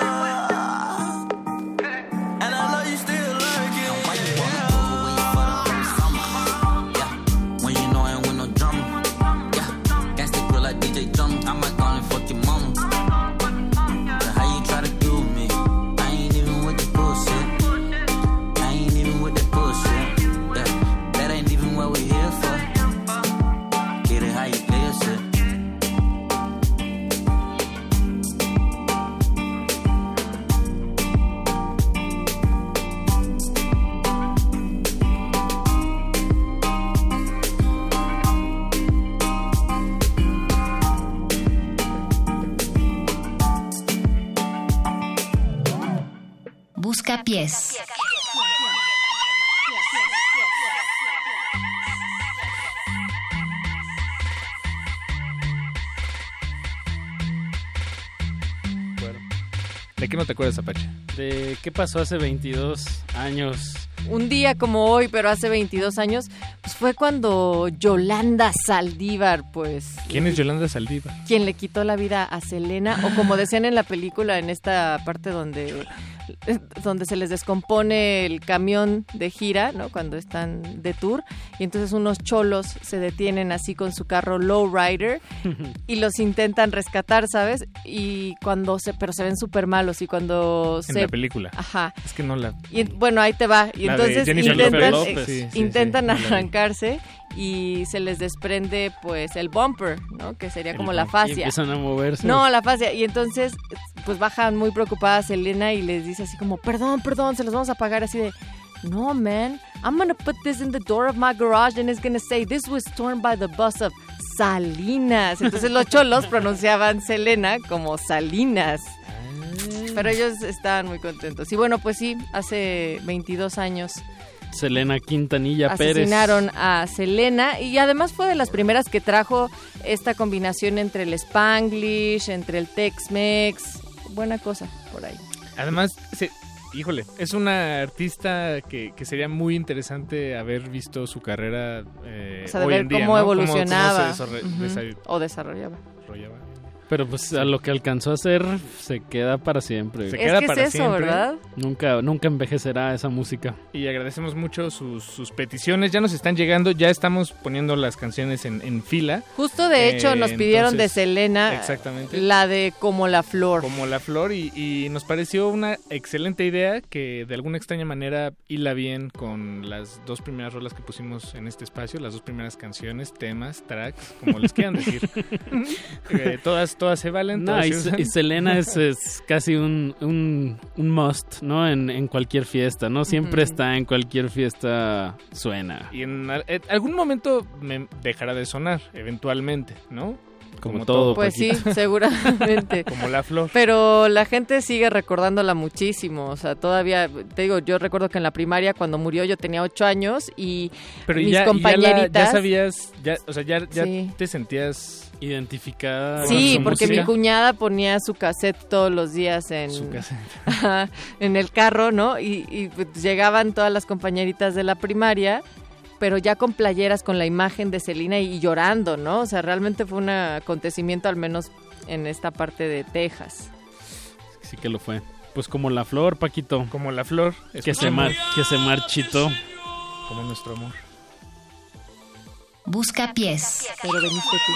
And I know you still like it. Why you wanna go away for the whole summer? Yeah, when you know ain't with no drama. Yeah, gas the grill like D J Drama. I might call and fuck your mama. But how you try to do me? I ain't even with the bullshit. I ain't even with the bullshit. Yeah, that ain't even what we here for. Get it how you live, shit. Busca pies. ¿De qué no te acuerdas, Apache? ¿De qué pasó hace veintidós años? Un día como hoy, pero hace veintidós años, pues fue cuando Yolanda Saldívar, pues... ¿Quién es Yolanda Saldívar? Quien le quitó la vida a Selena, o como decían en la película, en esta parte donde donde se les descompone el camión de gira, ¿no? Cuando están de tour, y entonces unos cholos se detienen así con su carro lowrider y los intentan rescatar, ¿sabes? Y cuando se, pero se ven súper malos y cuando en se... la película. Ajá. Es que no la... Y, bueno, ahí te va. Y la entonces intentan, López, sí, sí, intentan sí, sí, arrancarse y se les desprende pues el bumper, ¿no? Que sería como El la bumper. fascia. Y empiezan a moverse. No, la fascia. Y entonces pues bajan muy preocupada Selena y les dice así como, perdón, perdón, se los vamos a pagar, así de, no, man, I'm gonna put this in the door of my garage and it's gonna say, this was torn by the bus of Salinas. Entonces los cholos pronunciaban Selena como Salinas. Pero ellos estaban muy contentos. Y bueno, pues sí, hace veintidós años Selena Quintanilla Pérez. Asesinaron a Selena y además fue de las primeras que trajo esta combinación entre el Spanglish, entre el Tex-Mex. Buena cosa por ahí. Además, se, híjole, es una artista que, que sería muy interesante haber visto su carrera eh, o sea, de hoy ver en día, cómo ¿no? evolucionaba. Cómo se desarroll- Uh-huh. desarroll- O desarrollaba. desarrollaba. Pero pues a lo que alcanzó a hacer se queda para siempre. Se Es queda que para es eso, siempre. ¿verdad? Nunca, nunca envejecerá esa música. Y agradecemos mucho sus, sus peticiones. Ya nos están llegando, ya estamos poniendo las canciones en, en fila. Justo de hecho Eh, nos pidieron entonces, de Selena exactamente. la de Como la Flor. Como la flor y, y nos pareció una excelente idea que de alguna extraña manera hila bien con las dos primeras rolas que pusimos en este espacio, las dos primeras canciones, temas, tracks, como les quieran decir. Eh, todas, todas se valen. No, todas y, se usan. y Selena es, es casi un, un, un must, ¿no? En, en cualquier fiesta, ¿no? Siempre Ujú. está en cualquier fiesta, suena. Y en al- en algún momento me dejará de sonar, eventualmente, ¿no? Como todo, Pues sí, Paquita. seguramente. Como la flor. Pero la gente sigue recordándola muchísimo. O sea, todavía, te digo, yo recuerdo que en la primaria cuando murió yo tenía ocho años y Pero mis ya, ya, la- compañeritas... ya sabías, ya, o sea, ya, ya Sí. te sentías identificada. con Sí, su porque música. mi cuñada ponía su cassette todos los días en, Su cassette. Ajá, en el carro, ¿no? Y, y, pues, llegaban todas las compañeritas de la primaria pero ya con playeras con la imagen de Selena y, y llorando, ¿no? O sea, realmente fue un acontecimiento, al menos en esta parte de Texas. Sí que lo fue. Pues como la flor, Paquito. Como la flor. Que se, mar, que se marchitó. Como nuestro amor. Busca pies. Pero veniste tú.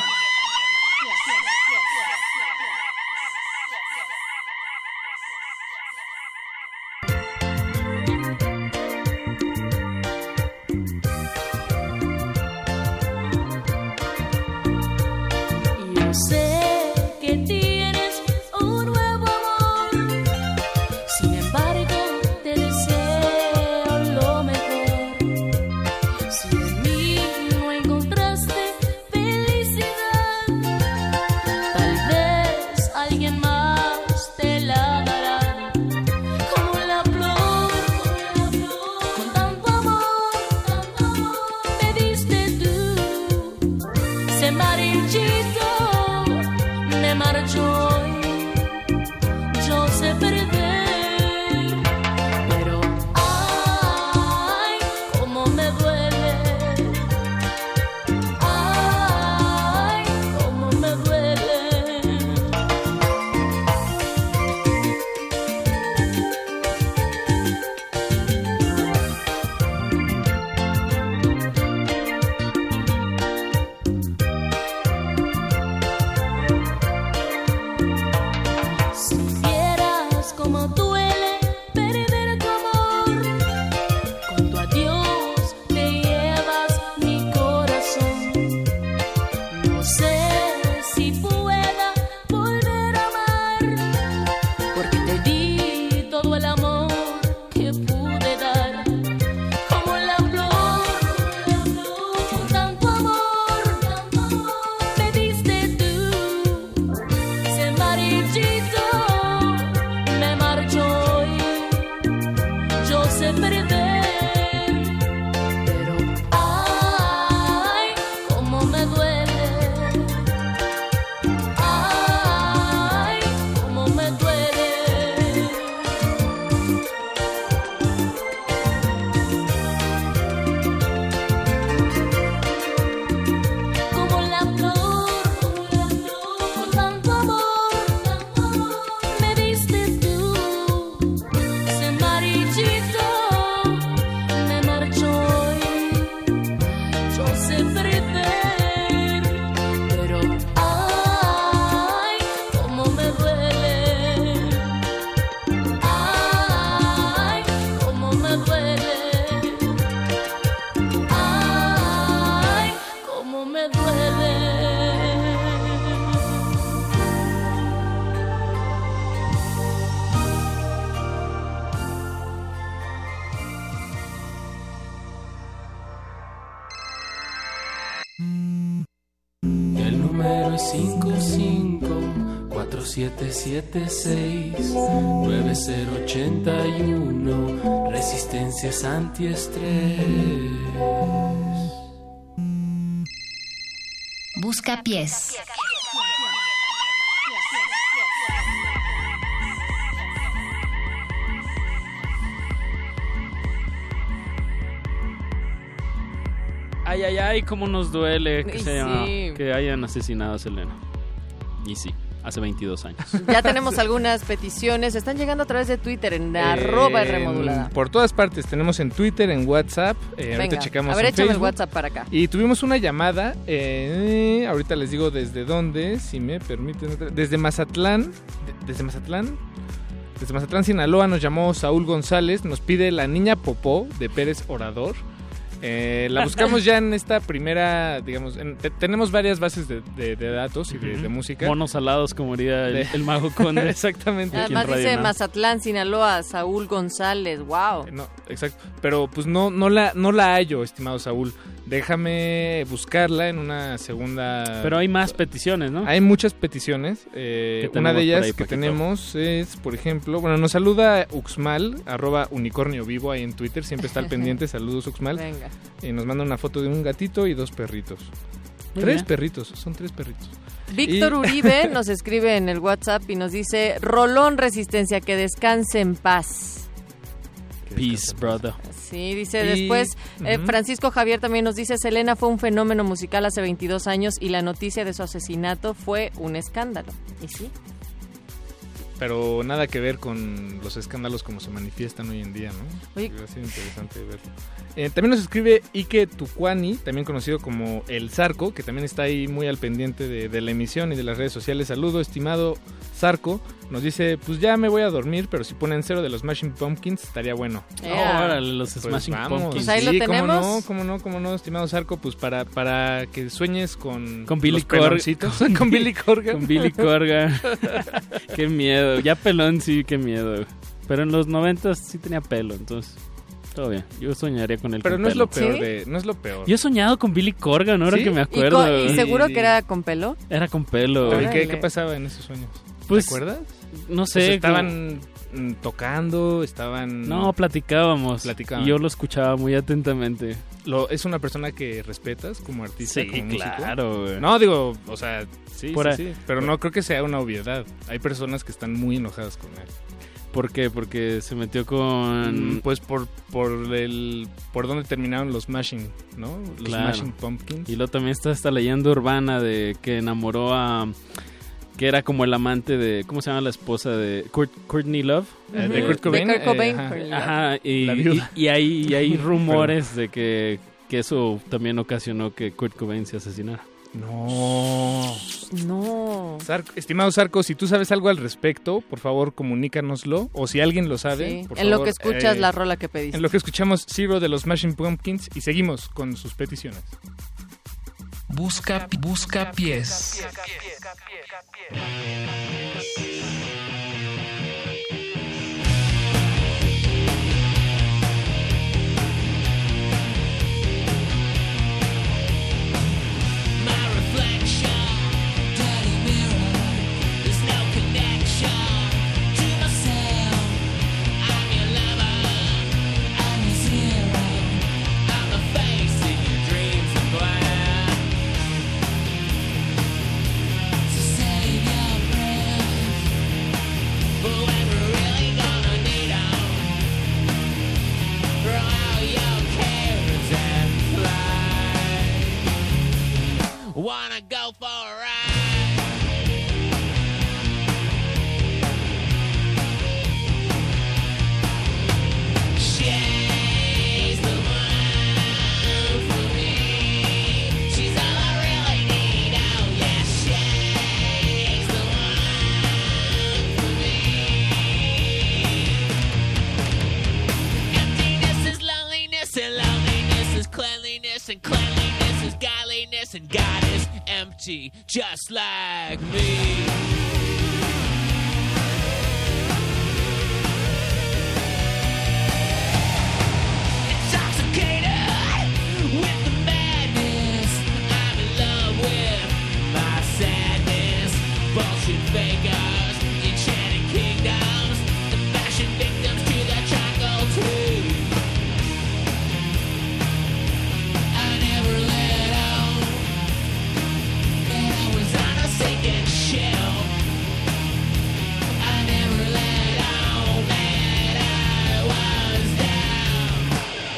Yo sé que tienes un nuevo amor, sin embargo te deseo lo mejor. Si en mí no encontraste felicidad, tal vez alguien más te la dará. Como la flor, con tanto amor, me diste tú, se marchitó. Me marchó y yo sé perder, pero ay, cómo me duele, ay, cómo me duele. Si vieras cómo duele perder tu amor, con tu adiós te llevas mi corazón. No sé si pueda volver a amar, porque te di todo el amor que pude dar. Como la flor, con tanto amor, me diste tú, se marchitó, me marchó y yo sé perder, pero ay, cómo me duele, ay, cómo me duele. Como la flor, con tanto amor, me diste tú, se marchitó, me marchó y yo sé perder, pero ay, cómo me duele, ay, cómo me duele, ay, cómo me duele. El número es cinco cinco cuatro siete siete seis nueve cero ocho uno. Resistencias antiestrés. Busca pies. Ay, ay, ay, cómo nos duele que, Y se sí. que hayan asesinado a Selena. Y sí, hace veintidós años. Ya tenemos algunas peticiones. Están llegando a través de Twitter en arroba R modulada. Por todas partes. Tenemos en Twitter, en WhatsApp. Eh, ahorita Venga, checamos a ver, en échame el Facebook. WhatsApp para acá. Y tuvimos una llamada. Eh, ahorita les digo desde dónde, si me permiten. Desde Mazatlán. de- desde Mazatlán. Desde Mazatlán, Sinaloa, nos llamó Saúl González. Nos pide La Niña Popó de Pérez Orador. Eh, la buscamos ya en esta primera, digamos, en- te- tenemos varias bases de, de- de datos y de, de música. Monos alados, como diría el, De- el mago Conde. Exactamente. Aquí en Además Radio dice Nam. Mazatlán, Sinaloa, Saúl González. Wow. No, exacto. Pero pues no, no la, no la hallo, estimado Saúl. Déjame buscarla en una segunda. Pero hay más peticiones, ¿no? Hay muchas peticiones. eh, ¿Qué una tenemos de ellas por ahí, que Paquito? tenemos es, por ejemplo, bueno, nos saluda Uxmal, arroba unicornio vivo ahí en Twitter. Siempre está al pendiente. Saludos, Uxmal. Venga. Y nos manda una foto de un gatito y dos perritos. Muy tres bien. perritos, son tres perritos. Víctor Y- Uribe nos escribe en el WhatsApp y nos dice: Rolón Resistencia, que descanse en paz. que Peace, brother. Sí, dice Y- después, eh, Ujú. Francisco Javier también nos dice, Selena fue un fenómeno musical hace veintidós años y la noticia de su asesinato fue un escándalo. ¿Y sí? Pero nada que ver con los escándalos como se manifiestan hoy en día, ¿no? Oye. Ha sido interesante verlo. Eh, también nos escribe Ike Tucuani, también conocido como El Zarco, que también está ahí muy al pendiente de, de la emisión y de las redes sociales. Saludo, estimado Zarco. Nos dice, pues ya me voy a dormir, pero si ponen cero de los Smashing Pumpkins, estaría bueno. Yeah. Oh, órale, los Pues Smashing vamos. Pumpkins. Pues ahí Sí, lo cómo tenemos. no, cómo no, cómo no, estimado Zarco, pues para, para que sueñes con, Con Billy los Corgan. peloncitos. Con Billy Corgan. Con Billy Corgan. Qué miedo. Ya pelón, sí, qué miedo. Pero en los noventas sí tenía pelo, entonces todo bien. Yo soñaría con él Pero con no es pelo. lo peor ¿Sí? de, no es lo peor. Yo he soñado con Billy Corgan, ahora ¿Sí? que me ¿Y, acuerdo. co- y seguro Sí. que era con pelo? Era con pelo. ¿Pero qué, Órale. qué pasaba en esos sueños? Pues, ¿Te acuerdas? No O sea, sé. estaban mm, tocando, estaban... No, platicábamos. Platicaban. Y yo lo escuchaba muy atentamente. Lo, ¿Es una persona que respetas como artista, Sí, como músico? claro, güey. No, digo, o sea, sí, Por sí, ahí- sí, pero no creo que sea una obviedad. Hay personas que están muy enojadas con él. ¿Por qué? Porque se metió con... Mm, Pues por por el por dónde terminaron los Smashing, ¿no? Los Claro. Smashing Pumpkins. Y luego también está esta leyenda urbana de que enamoró a... Que era como el amante de... ¿Cómo se llama la esposa de... Kurt, Courtney Love? Eh, de Eh, Kurt Cobain. De Kurt Cobain, eh, ajá. Courtney Love. Ajá, y, La viuda. y, y hay, y hay rumores de que, que eso también ocasionó que Kurt Cobain se asesinara. No. No. Zarco- estimado Zarco, si tú sabes algo al respecto, por favor comunícanoslo. O si alguien lo sabe, Sí. por En lo favor, que escuchas eh, la rola que pediste. En lo que escuchamos Zero de los Smashing Pumpkins y seguimos con sus peticiones. Busca, busca pies. My reflection, dirty mirror. There's no connection to myself. I'm your lover, I'm your zero. I'm the face in your dreams of glass. So save your breath for when we're really gonna need 'em. Throw out your cares and fly. Wanna go for a ride? She's the one for me. She's all I really need. Oh yeah, she's the one for me. Emptiness is loneliness, and loneliness is cleanliness, and cleanliness is godliness, and God is empty, just like me. Intoxicated with the madness, I'm in love with my sadness. Bullshit fakers, enchanted kingdoms, the fashion victims to the jungle too. I never let on that I was on a sinking ship. I never let on that I was down.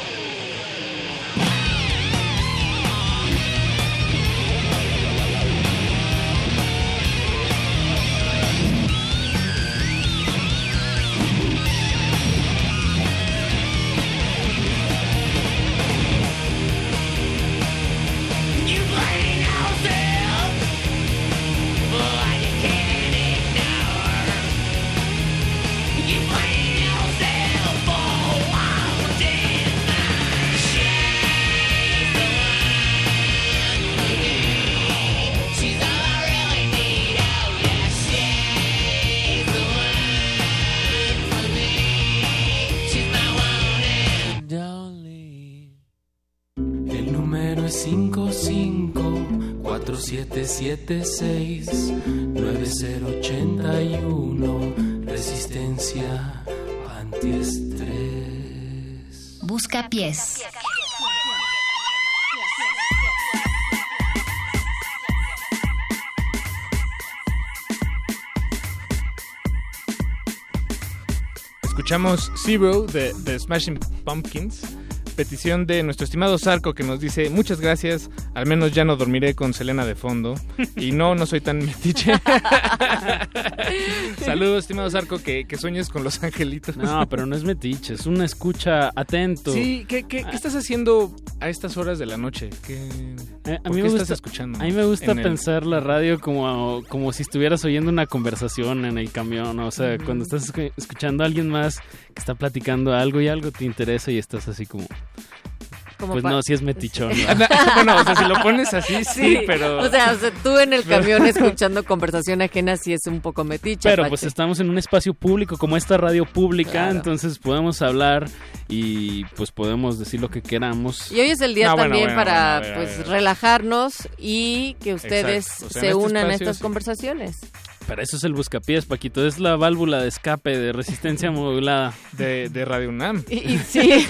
You blame yourself for what you can't ignore. You blame yourself for wanting my she's the one for me. She's all I really need. Oh yeah, she's the one for me. She's my one and only. El número es cinco cinco cuatro siete siete seis nueve cero ochenta y uno. Resistencia antiestrés. Busca pies. escuchamos Zero de, de Smashing Pumpkins. Petición de nuestro estimado Zarco que nos dice: muchas gracias, al menos ya no dormiré con Selena de fondo. Y no, no soy tan metiche. Saludos, estimado Zarco, que, que sueñes con los angelitos. No, pero no es metiche, es una escucha atento. Sí, ¿qué, qué, qué estás haciendo a estas horas de la noche? ¿Qué, eh, a ¿por mí qué me gusta, estás escuchando? A mí me gusta el... pensar la radio como, como si estuvieras oyendo una conversación en el camión. O sea, mm. cuando estás escuchando a alguien más que está platicando algo y algo te interesa y estás así como... Como pues pa- no, si es metichón. ¿no? Bueno, o sea, si lo pones así, sí, sí pero... O sea, o sea, tú en el camión escuchando conversación ajena sí es un poco metiche. Pero Pache. Pues estamos en un espacio público como esta radio pública, claro. Entonces podemos hablar y pues podemos decir lo que queramos. Y hoy es el día no, también bueno, bueno, para bueno, ver, pues relajarnos y que ustedes o sea, se este unan a estas sí. conversaciones. Para eso es el buscapiés, Paquito. Es la válvula de escape de resistencia modulada. De, de Radio UNAM. Y, y sí.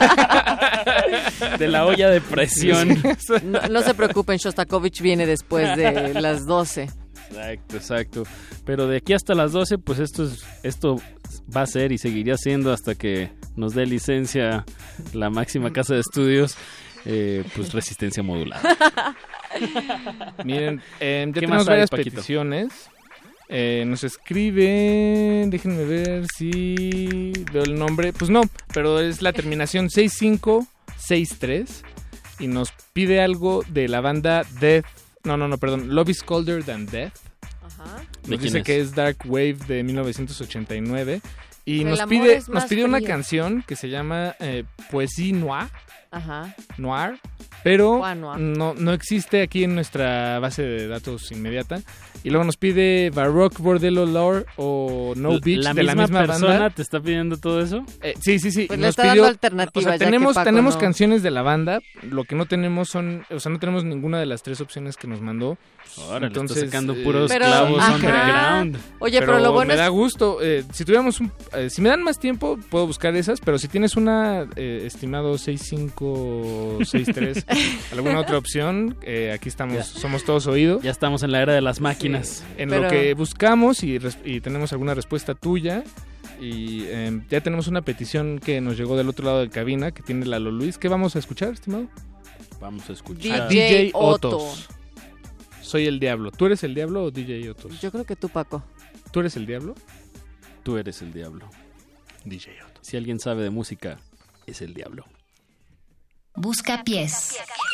De la olla de presión. No, no se preocupen, Shostakovich viene después de las doce. Exacto, exacto. Pero de aquí hasta las doce, pues esto es, esto va a ser y seguiría siendo hasta que nos dé licencia la máxima casa de estudios, eh, pues resistencia modulada. Miren, eh, ya tenemos varias hay, peticiones. Eh, nos escribe, déjenme ver si veo el nombre, pues no, pero es la terminación seis cinco seis tres y nos pide algo de la banda Death, no, no, no, perdón, Love is Colder Than Death. Ajá. Nos dice es? que es Dark Wave de mil novecientos ochenta y nueve y el nos pide, nos pide una canción que se llama eh, Poésie Noire. Ajá. Noir, pero no, no existe aquí en nuestra base de datos inmediata. Y luego nos pide Baroque Bordello Lore o No Beach ¿La de misma la misma persona banda. ¿Te está pidiendo todo eso? Eh, sí, sí, sí. Pues nos le está pidió, dando alternativas. O sea, tenemos, ya que Paco tenemos no... canciones de la banda. Lo que no tenemos son, o sea, no tenemos ninguna de las tres opciones que nos mandó. Ahora entonces le está sacando puros pero, clavos ajá. underground. Oye, pero, pero lo bueno me es... da gusto. Eh, si tuviéramos un, eh, si me dan más tiempo, puedo buscar esas. Pero si tienes una, eh, estimado seis cinco seis tres, alguna otra opción, eh, aquí estamos, ya. somos todos oídos. Ya estamos en la era de las máquinas. Sí. En pero... lo que buscamos y, res- y tenemos alguna respuesta tuya. Y eh, ya tenemos una petición que nos llegó del otro lado de cabina, que tiene Lalo Luis. ¿Qué vamos a escuchar, estimado? Vamos a escuchar a D J Otos. Soy el diablo. ¿Tú eres el diablo o D J Otos? Yo creo que tú, Paco. ¿Tú eres el diablo? Tú eres el diablo. D J Otos. Si alguien sabe de música, es el diablo. Busca pies.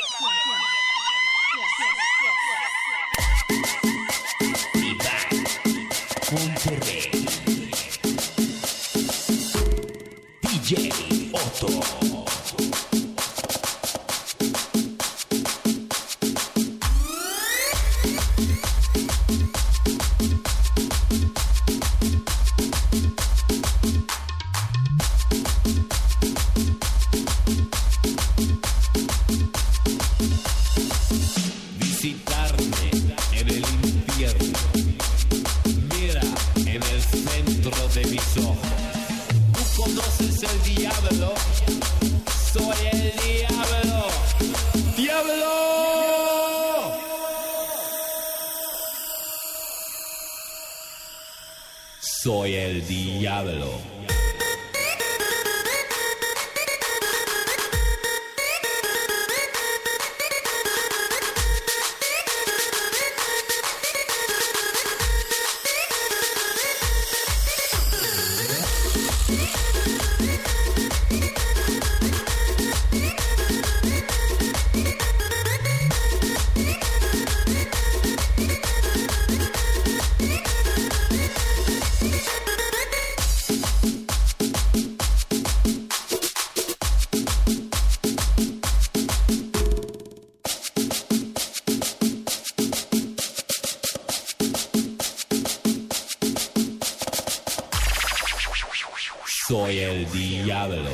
D J Otto. Visitarme en el infierno. Mira en el centro de mis ojos. Tú conoces el diablo. Soy el diablo. ¡Diablo! Soy el diablo. Soy el diablo.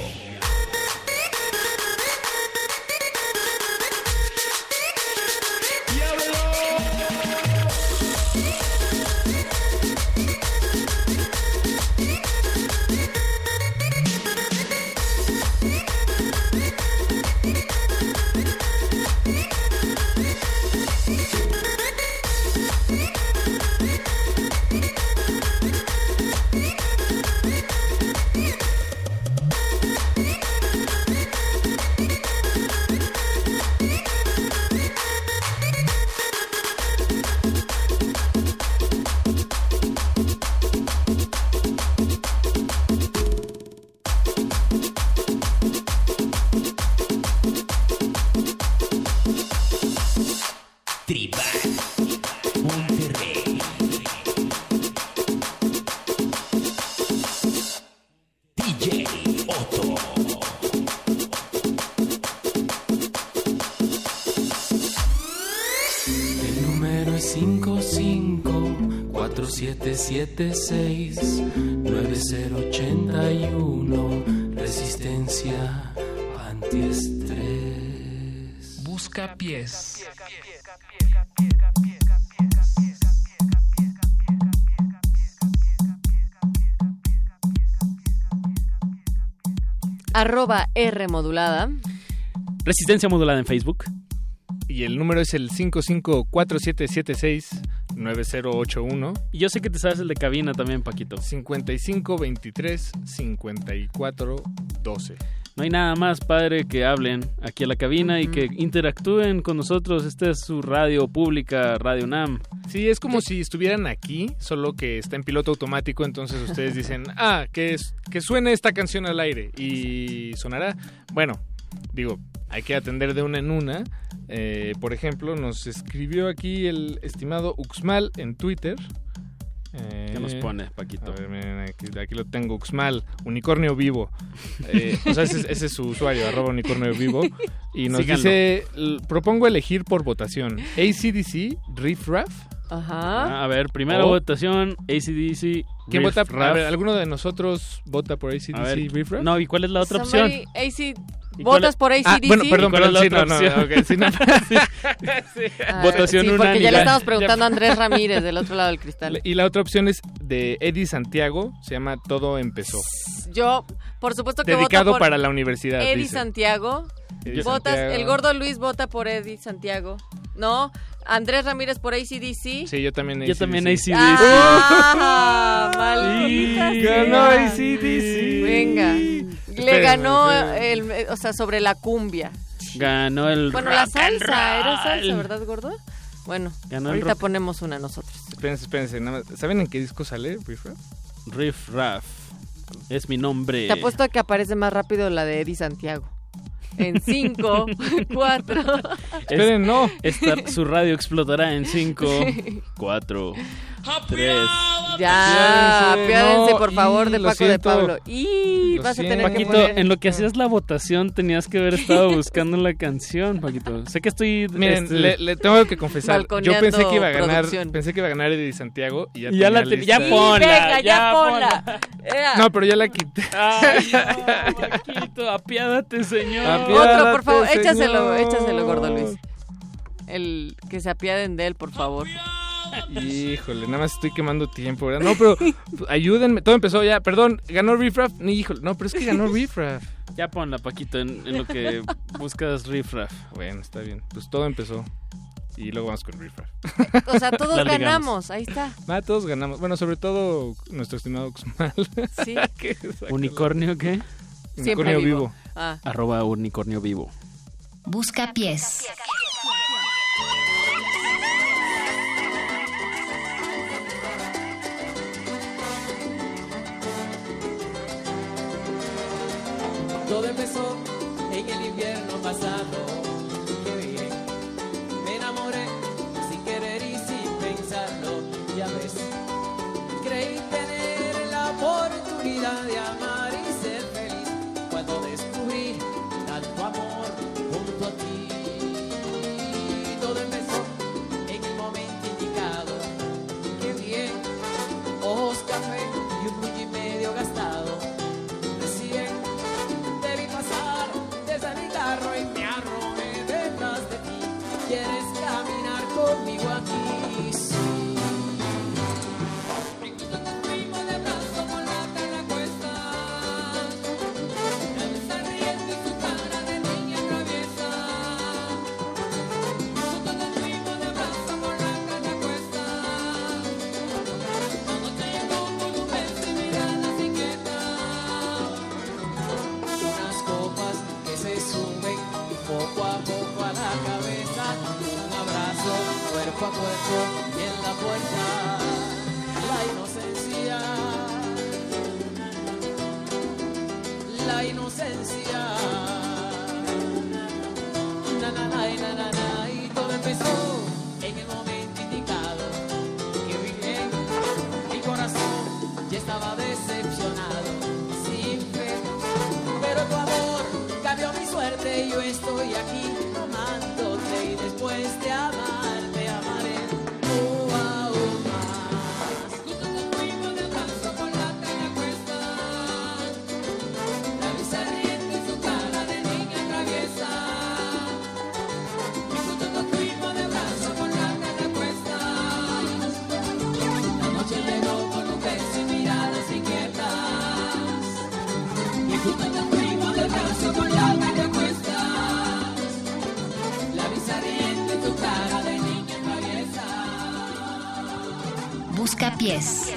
cinco cinco cuatro siete siete seis nueve cero ochenta y uno. Resistencia antiestrés. Busca pies. Arroba R modulada. Resistencia modulada en Facebook. Y el número es el cinco cinco cuatro siete siete seis nueve cero ocho uno. Y yo sé que te sabes el de cabina también, Paquito. cincuenta y cinco veintitrés cincuenta y cuatro doce. No hay nada más padre que hablen aquí a la cabina uh-huh. y que interactúen con nosotros. Esta es su radio pública, Radio UNAM. Sí, es como si estuvieran aquí, solo que está en piloto automático. Entonces ustedes dicen, ah, que, es, que suene esta canción al aire. Y sonará. Bueno, digo, hay que atender de una en una. Eh, por ejemplo, nos escribió aquí el estimado Uxmal en Twitter. Eh, ¿Qué nos pone, Paquito? A ver, miren, aquí, aquí lo tengo, Uxmal, unicornio vivo. Eh, o sea, ese, ese es su usuario, arroba unicornio vivo. Y nos Síganlo. dice, propongo elegir por votación A C D C, Riff Raff. Ajá. A ver, primera o, votación, A C D C, ¿quién Riff vota? Raff. A ver, ¿alguno de nosotros vota por A C D C, Riff Raff? No, ¿y cuál es la otra Somebody, opción? A C ¿Votas por A C D C? Ah, bueno, perdón, perdón, sí, no, no, okay, sí, no. sí. Ah, Votación sí, unánime. porque ya le estamos preguntando a Andrés Ramírez del otro lado del cristal. Y la otra opción es de Eddie Santiago, se llama Todo Empezó. Yo, por supuesto que Dedicado voto por para la universidad. Eddie dice. Santiago. Eddie Votas, Santiago. El gordo Luis vota por Eddie Santiago. ¿No? Andrés Ramírez por A C D C. Sí, yo también A C D C. Yo también A C D C. Ah, maldita sí, ganó A C D C. Venga. Le ganó, el, o sea, sobre la cumbia. Ganó el Bueno, la salsa, era salsa, ¿verdad, gordo? Bueno, ganó ahorita ponemos una nosotros. Espérense, espérense. Nada más. ¿Saben en qué disco sale Riff Raff? Riff Raff. Es mi nombre. Te apuesto a que aparece más rápido la de Eddie Santiago. En cinco, cuatro. Esperen, no. Esta, su radio explotará en cinco, cuatro, tres. Ya, apiádense, no, por favor, de Paco siento. de Pablo. Y vas siento. a tener Paquito, que poner... en lo que hacías la votación tenías que haber estado buscando la canción, Paquito. Sé que estoy... Miren, este... le, le tengo que confesar. Yo pensé que iba a ganar, producción. pensé que iba a ganar Eddie Santiago y ya, y ya la te, ya ponla, venga, ya, ya ponla. ponla. No, pero ya la quité. Ay, no, Paquito, apiádate, señor. Apiádate, Otro, por favor, señor. échaselo, échaselo, gordo Luis. El que se apiaden de él, por favor. Híjole, nada más estoy quemando tiempo, ¿verdad? No, pero ayúdenme. Todo empezó ya. Perdón, ¿ganó Riff Raff? Ni híjole. No, pero es que ganó Riff Raff. Ya ponla, Paquito, en, en lo que buscas Riff Raff. Bueno, está bien. Pues todo empezó. Y luego vamos con Riff Raff. O sea, todos ganamos. Ahí está. Ah, todos ganamos. Bueno, sobre todo nuestro estimado Uxmal. Sí. ¿Unicornio qué? Unicornio vivo. vivo. Ah. Arroba unicornio vivo. Busca pies. Todo empezó en el invierno pasado. Qué bien. Me enamoré sin querer y sin pensarlo. Ya ves, creí tener la oportunidad de amar y ser feliz cuando descubrí tanto amor junto a ti. Todo empezó en el momento indicado. Qué bien. Ojos café y un puño y medio gastado. Y me arrojé detrás de ti. ¿Quieres caminar conmigo aquí? Sí. Incluso nos fuimos de brazo con la cara a cuesta. Él está riendo y su cara de niña traviesa. Incluso nos fuimos de brazo con la cara a cuesta. La noche llegó con un beso y miradas inquietas. Unas copas que se suben poco a poco a la cabeza, un abrazo cuerpo a cuerpo y en la puerta la inocencia, la inocencia, na na na na na na, y todo empezó en el momento indicado. Que bien, mi corazón ya estaba decepcionado, sin fe, pero tu amor cambió mi suerte y yo estoy aquí amándote y después de amarte amaré. Buscapiés.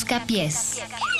Buscapiés.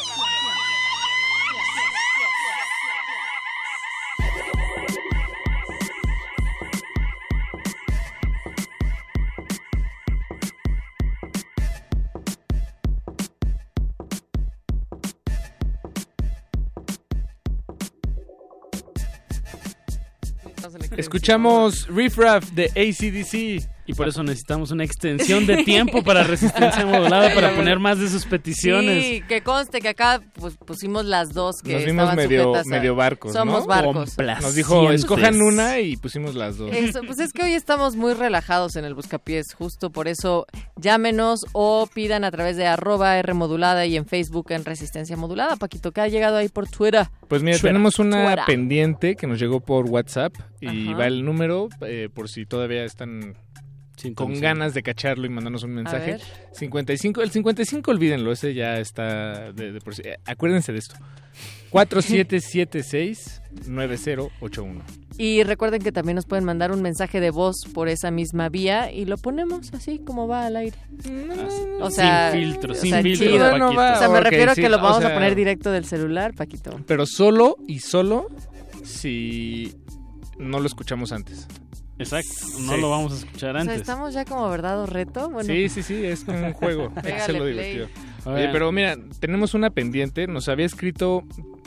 Escuchamos Riff Raff de A C D C. Y por eso necesitamos una extensión de tiempo para Resistencia Modulada para poner más de sus peticiones. Sí, que conste que acá pues, pusimos las dos que Nos vimos estaban medio, sujetas a- medio barcos, Somos ¿no? barcos. Nos dijo, escojan una y pusimos las dos. Eso, pues es que hoy estamos muy relajados en el Buscapiés, justo por eso llámenos o pidan a través de arroba R modulada y en Facebook en Resistencia Modulada. Paquito, que ha llegado ahí por Twitter. Pues mira, Twitter. tenemos una Twitter. pendiente que nos llegó por WhatsApp y Ajá. va el número eh, por si todavía están con ganas de cacharlo y mandarnos un mensaje. ver. cincuenta y cinco, el cincuenta y cinco olvídenlo, ese ya está de, de por sí. Eh, Acuérdense de esto. cuatro siete siete seis nueve cero ocho uno. Y recuerden que también nos pueden mandar un mensaje de voz por esa misma vía y lo ponemos así como va al aire. O sea, sin filtro, o sin sea, filtro, chido. Paquito. O sea, me Ok, refiero a sí, que lo o vamos sea- a poner directo del celular, Paquito. Pero solo y solo si no lo escuchamos antes. Exacto, no Sí. lo vamos a escuchar O sea, antes. estamos ya como verdad o reto. Bueno, Sí, sí, sí, es un juego. Hay que Pégale hacerlo play. divertido. Oigan. Oye, pero mira, tenemos una pendiente. Nos había escrito,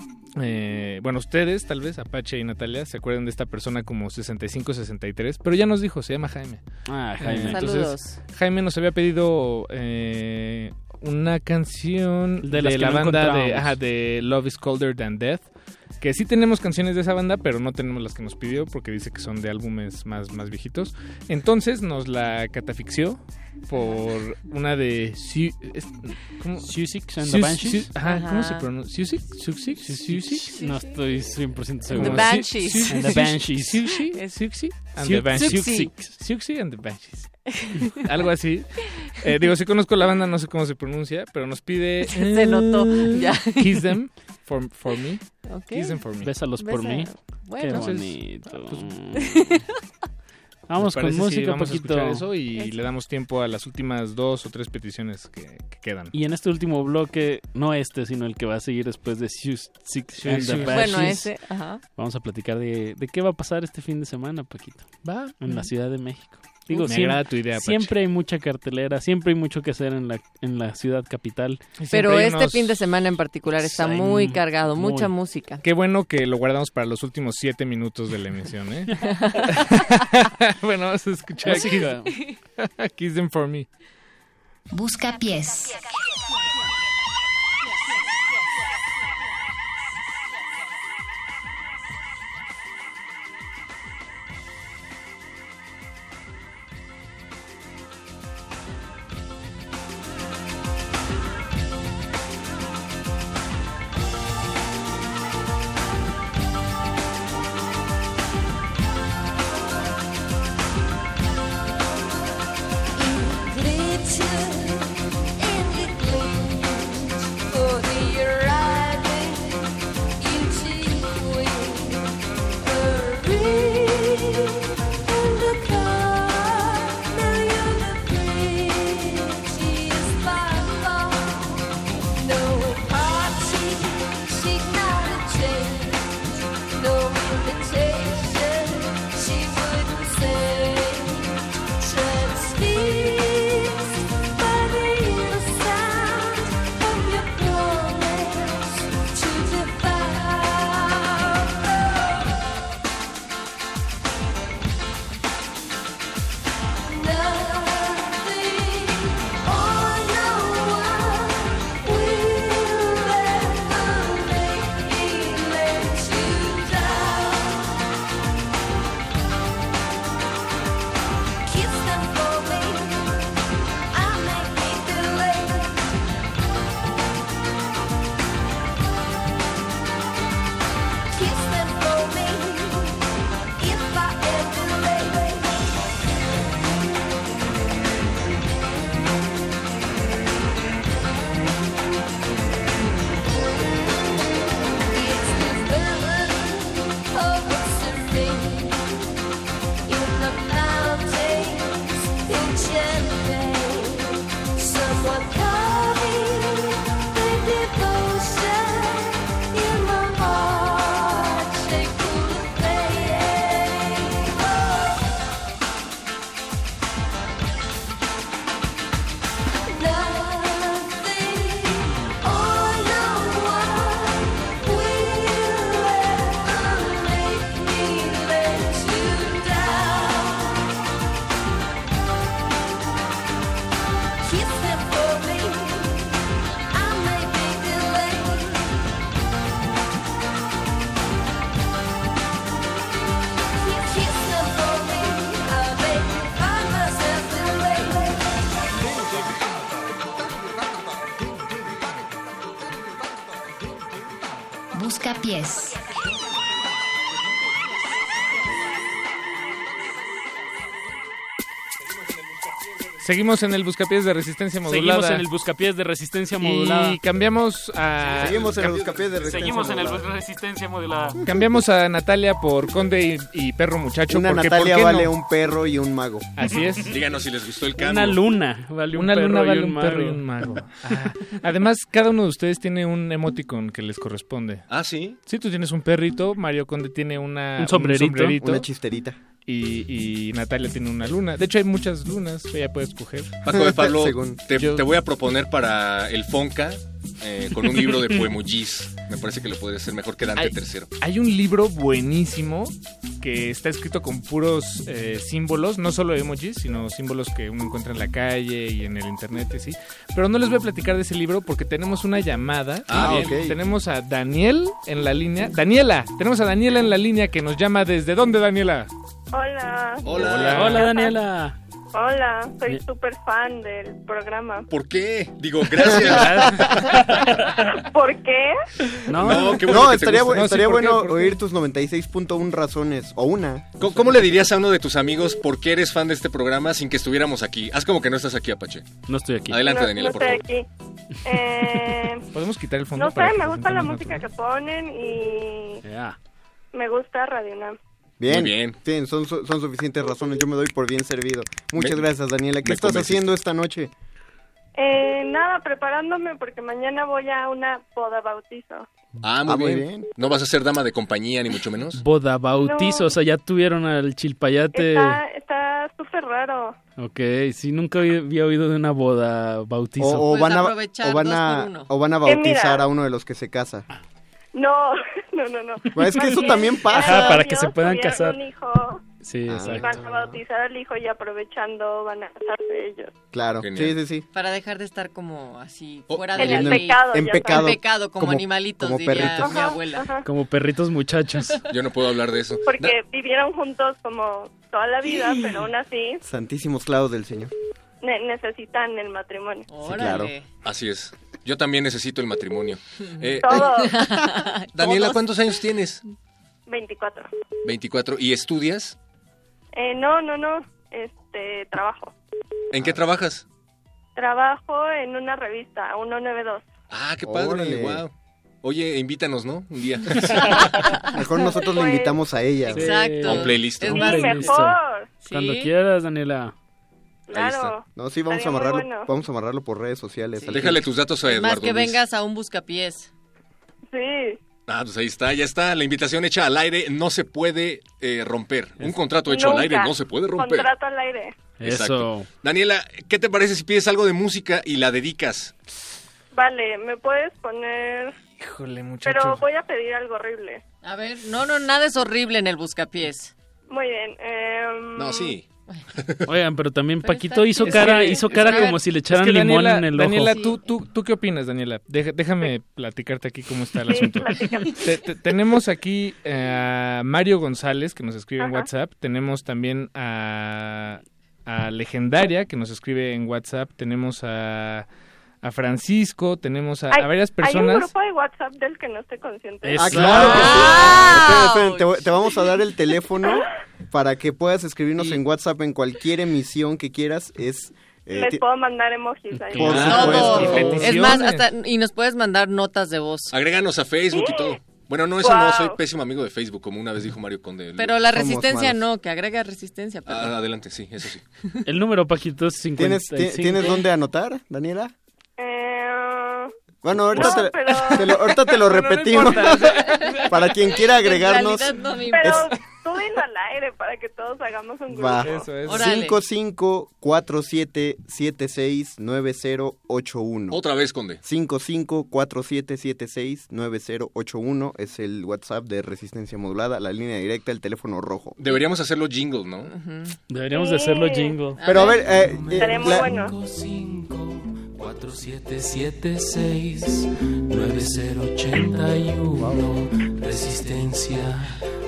eh, bueno, ustedes, tal vez, Apache y Natalia, se acuerdan de esta persona como sesenta y cinco sesenta y tres, pero ya nos dijo, se llama Jaime. Ah, Jaime. Eh, Saludos. Entonces, Jaime nos había pedido eh, una canción De de, las que la no banda de, encontrábamos. ajá, de Love is Colder Than Death. Que sí tenemos canciones de esa banda, pero no tenemos las que nos pidió porque dice que son de álbumes más, más viejitos. Entonces nos la catafixió por una de... Su- es- ¿cómo? Sussex and Sus- the Banshees. Sus- ajá, ¿cómo se Ajá. pronuncia? ¿Sussex? ¿Sussex? ¿Sussex? No estoy cien por ciento seguro. The Banshees. Su- And the Banshees. Sushi, Es- Sushi and the Banshees. Suxi. Suxi and the Banshees. Algo así. Eh, digo, sí conozco la banda, no sé cómo se pronuncia, pero nos pide... Se notó, ya. Kiss them for, for me. Ok. Kiss them for me. Bésalos por Besa- mí. Bueno. Qué Entonces, bonito. Vamos ¿Les con parece si música, vamos a Paquito. escuchar eso y le damos tiempo a las últimas dos o tres peticiones que, que quedan. Y en este último bloque, no este, sino el que va a seguir después de Sussex and the Bueno, Banshees, ese, ajá. vamos a platicar de, de qué va a pasar este fin de semana, Paquito, Va. en la Ciudad de México. Digo, Me siempre, agrada tu idea, Pachi. siempre hay mucha cartelera, siempre hay mucho que hacer en la, en la ciudad capital. Y Pero siempre hay este unos- fin de semana en particular está Hay muy muy- cargado, mucha muy. música. Qué bueno que lo guardamos para los últimos siete minutos de la emisión, ¿eh? Bueno, vamos a escuchar Música. Kiss, Kiss them for me. Buscapiés. Glitter in the Buscapiés. Seguimos en el Buscapiés de Resistencia Modulada. Seguimos en el Buscapiés de Resistencia Modulada. Y cambiamos a... Seguimos en el Buscapiés de Resistencia Seguimos en el Modulada. Resistencia Modulada. Cambiamos a Natalia por Conde y, y Perro Muchacho. Una porque, Natalia ¿por qué vale no? un perro y un mago. Así es. Díganos si les gustó el cambio. Una luna vale un Una perro luna y vale un un perro y mago. un mago. Ah, además, cada uno de ustedes tiene un emoticon que les corresponde. Ah, ¿sí? Sí, tú tienes un perrito, Mario Conde tiene una, Un sombrerito. Una chisterita. Y, y Natalia tiene una luna. De hecho, hay muchas lunas, ella puede escoger. Paco de Pablo, Según. te, Yo- te voy a proponer para el Fonca eh, con un libro de poemojis. Me parece que le podría ser mejor que Dante Ay. tercero. Hay un libro buenísimo que está escrito con puros eh, símbolos, no solo emojis, sino símbolos que uno encuentra en la calle y en el internet y así. Pero no les voy a platicar de ese libro porque tenemos una llamada. Ah, Bien, ok. Tenemos a Daniel en la línea. Daniela, tenemos a Daniela en la línea que nos llama desde dónde, Daniela. Hola. Hola. Hola. Hola, Daniela. Hola, soy Bien. súper fan del programa. ¿Por qué? Digo, gracias. ¿Por qué? No, No, qué bueno No, que te estaría, gusta. bu- No, sí, estaría ¿por qué? bueno ¿Por qué? oír tus noventa y seis punto uno razones, o una. ¿Cómo, cómo le dirías a uno de tus amigos por qué eres fan de este programa sin que estuviéramos aquí? Haz como que no estás aquí, Apache. no estoy aquí. Adelante, no, Daniela, no por estoy favor. aquí. Eh, Podemos quitar el fondo. no sé, para que me se gusta sienta la más música natural. que ponen y Ya. me gusta Radio UNAM. Bien, Muy bien. Sí, son, su- son suficientes razones. Yo me doy por bien servido. Muchas Me- gracias, Daniela. ¿Qué me estás convenciste. haciendo esta noche? Eh, nada, preparándome porque mañana voy a una boda bautizo. Ah, muy, Ah, muy bien. bien. No vas a ser dama de compañía, ni mucho menos. Boda, bautizo, No. o sea, ya tuvieron al chilpayate. Está está súper raro. Ok, sí, nunca había había oído de una boda, bautizo. O, o Pues van a, aprovechar o, van dos a, por uno. o van a Eh, mira. bautizar a uno de los que se casa. No, no, no, no. Pues es que Más eso bien, también pasa. Ajá, para que ellos se puedan tuvieron casar. un hijo Sí, Ah. y exacto. van a bautizar al hijo y aprovechando van a casarse ellos. Claro, Genial. sí, sí, sí. Para dejar de estar como así, Oh, fuera En de la el en- ley. pecado. en ya pecado. En pecado, como, Como- animalitos, como diría perritos. mi Ajá, abuela. ajá. Como perritos muchachos. Yo no puedo hablar de eso. Porque vivieron juntos como toda la vida, pero aún así Santísimos clavos del Señor. ne- necesitan el matrimonio. claro. Órale. Así es. Yo también necesito el matrimonio. Eh, Todos. Daniela, Todos. ¿cuántos años tienes? veinticuatro. veinticuatro. ¿Y estudias? Eh, no, no, no. Este, trabajo. ¿En qué trabajas? Trabajo en una revista, ciento noventa y dos. Ah, qué padre. Órale. Wow. Oye, invítanos, ¿no? Un día. Mejor nosotros le Pues- invitamos a ella. Sí. Exacto. Un playlist. Es Sí, más, mejor. Cuando ¿sí? quieras, Daniela. Claro. No, sí, vamos a Estaría muy amarrarlo, bueno. vamos a amarrarlo por redes sociales. Sí. Déjale tus datos a Es Eduardo más que Luis. vengas a un buscapiés. Sí. Ah, pues ahí está, ya está. La invitación hecha al aire no se puede eh, romper. Un contrato hecho Nunca. al aire no se puede romper. Contrato al aire. Exacto. Daniela, ¿qué te parece si pides algo de música y la dedicas? Vale, ¿me puedes poner...? Híjole, muchacho. Pero voy a pedir algo horrible. A ver, no, no, nada es horrible en el buscapiés. Muy bien. em, No, sí. Oigan, pero también Pero Paquito está hizo chido. cara, Es que- hizo es cara que- como si le Es echaran que limón Daniela, en el Daniela, ojo. ¿tú, tú, ¿tú qué opinas, Daniela? Deja- déjame platicarte aquí cómo está el Sí, asunto. platícame. Te- te- tenemos aquí a Mario González, que nos escribe en Ajá. WhatsApp. Tenemos también a, a Legendaria, que nos escribe en WhatsApp. Tenemos a, a Francisco, tenemos a, Hay- a varias Hay un personas. grupo de WhatsApp del que no estoy consciente. Es- Ah, claro que sí. ¡Wow! Esperen, esperen, te, voy- te vamos a dar el teléfono para que puedas escribirnos en WhatsApp en cualquier emisión que quieras. Es eh, Les ti- puedo mandar emojis ahí. Por Claro. supuesto. Y Todo. peticiones. Es más, hasta, y nos puedes mandar notas de voz. Agréganos a Facebook y todo. Bueno, no, eso no, Wow. soy pésimo amigo de Facebook, como una vez dijo Mario Conde. Pero la Somos resistencia malos. no, que agrega resistencia. Ah, Perdón. adelante, sí, eso sí. El número, Paquito, es ¿Tienes, cincuenta y ti- cinco. ¿Tienes dónde anotar, Daniela? Eh, Bueno, ahorita, No, te, pero- te lo, ahorita te lo No, no repetimos. importa. Para quien quiera agregarnos. En realidad no me pero importa. tú dilo al aire para que todos hagamos un grupo. Va. Eso es. Órale. cinco cinco cuatro siete siete seis nueve cero ocho uno. Otra vez, Conde. cinco cinco cuatro siete siete seis nueve cero ocho uno es el WhatsApp de Resistencia Modulada, la línea directa, el teléfono rojo. Deberíamos hacerlo jingle, ¿no? Deberíamos de hacerlo jingle. Pero a ver, eh, eh, Estaría muy la- bueno. cuatro siete siete seis nueve cero ocho uno Resistencia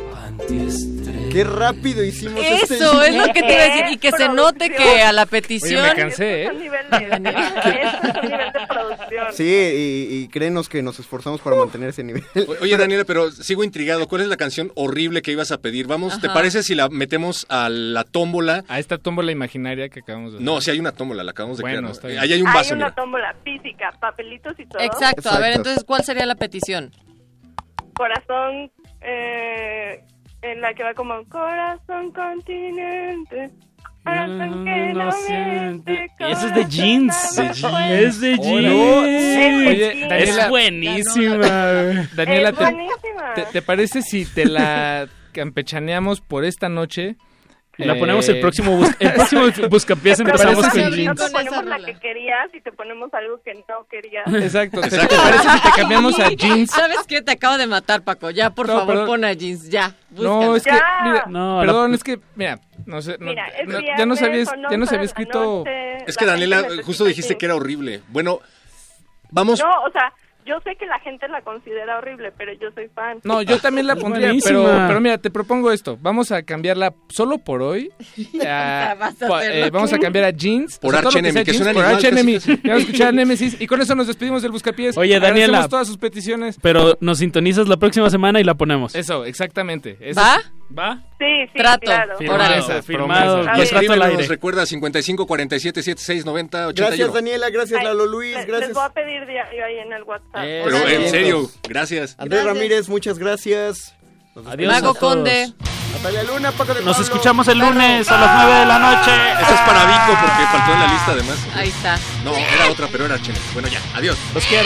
Qué rápido hicimos este Eso es lo que te iba a decir. Y que se note que a la petición. Oye, me cansé, ¿eh? Es un nivel de, es un nivel de producción. Sí, y, y créenos que nos esforzamos para mantener ese nivel. Oye, Daniela, pero sigo intrigado. ¿Cuál es la canción horrible que ibas a pedir? Vamos, ¿te Ajá. parece si la metemos a la tómbola? A esta tómbola imaginaria que acabamos de hacer. No, si hay una tómbola, la acabamos de Bueno, crear. ¿no? está bien. Ahí hay un Hay vaso, una mira. tómbola física, papelitos y todo. Exacto. A ver, Exacto. entonces, ¿cuál sería la petición? Corazón, eh, en la que va como corazón continente. Corazón que no miente, Eso es de Jeans. corazón nada Es de puede. Jeans. Oye, Daniela, Es buenísima. Daniela, Es te, buenísima. te, te parece si te la campechaneamos por esta noche? La Eh, ponemos el próximo bus- el próximo Buscapiés Pero empezamos parece con si Jeans. no te ponemos la que querías y te ponemos algo que no querías. Exacto. ¿Te, te parece si te cambiamos a Jeans? ¿Sabes qué? Te acabo de matar, Paco. Ya, por No, favor, perdón. pon a Jeans. Ya. No, búscalo. es que, Ya. mira, No, perdón, la- es que, mira, no sé, no, Mira, es no, viernes, ya nos había, son ya nos once había de la escrito... noche, Es que la Daniela, gente necesita justo dijiste Jeans. que era horrible. Bueno, vamos... No, o sea, yo sé que la gente la considera horrible, pero yo soy fan. No, yo también la Es pondría, buenísima. pero, pero mira, te propongo esto. Vamos a cambiarla solo por hoy. a- Vas a po- hacerlo. eh, vamos a cambiar a Jeans. Por o sea, todo lo que Arch sea Enemy, que es un Jeans, por animal, Arch Enemy. casi, casi. Ya vamos a escuchar a Nemesis. Y con eso nos despedimos del Buscapiés. Oye, Daniela. Agradecemos todas sus peticiones. Pero nos sintonizas la próxima semana y la ponemos. Eso, exactamente. Eso ¿Va? ¿Va? Sí, sí, Trato. claro. Firmado, Promesa, firmado. promesa. A Y ver. trato al Escríbenos, aire. recuerda, cincuenta y cinco, cuarenta y siete, setenta y seis, noventa, ochenta y Gracias, uno. Daniela. Gracias, Ay, Lalo Luis. les, Gracias. les voy a pedir diario ahí en el WhatsApp. Eh, Pero Órale. en serio, gracias. Andrés Gracias. Ramírez, muchas gracias. Nos Adiós. Mago a todos. Conde. Natalia Luna, Paco de Nos Pablo. escuchamos el lunes a las nueve de la noche. Esa es para Vico porque faltó en la lista además. Ahí está. No, era otra, pero era Arch Enemy. Bueno, ya, adiós. Los quiero.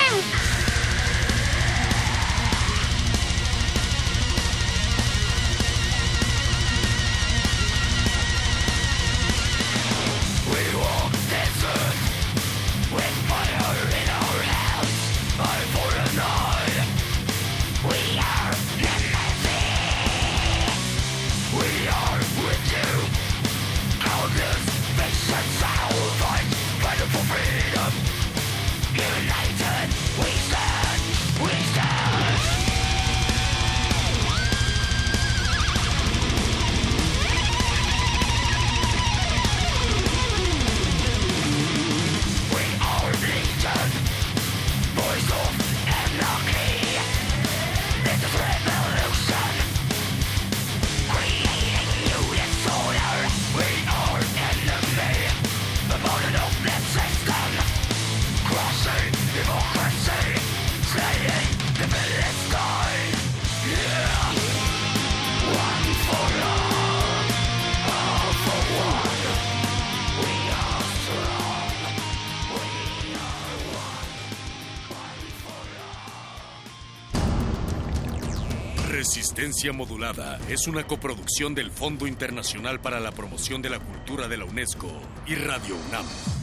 Resistencia Modulada es una coproducción del Fondo Internacional para la Promoción de la Cultura de la UNESCO y Radio UNAM.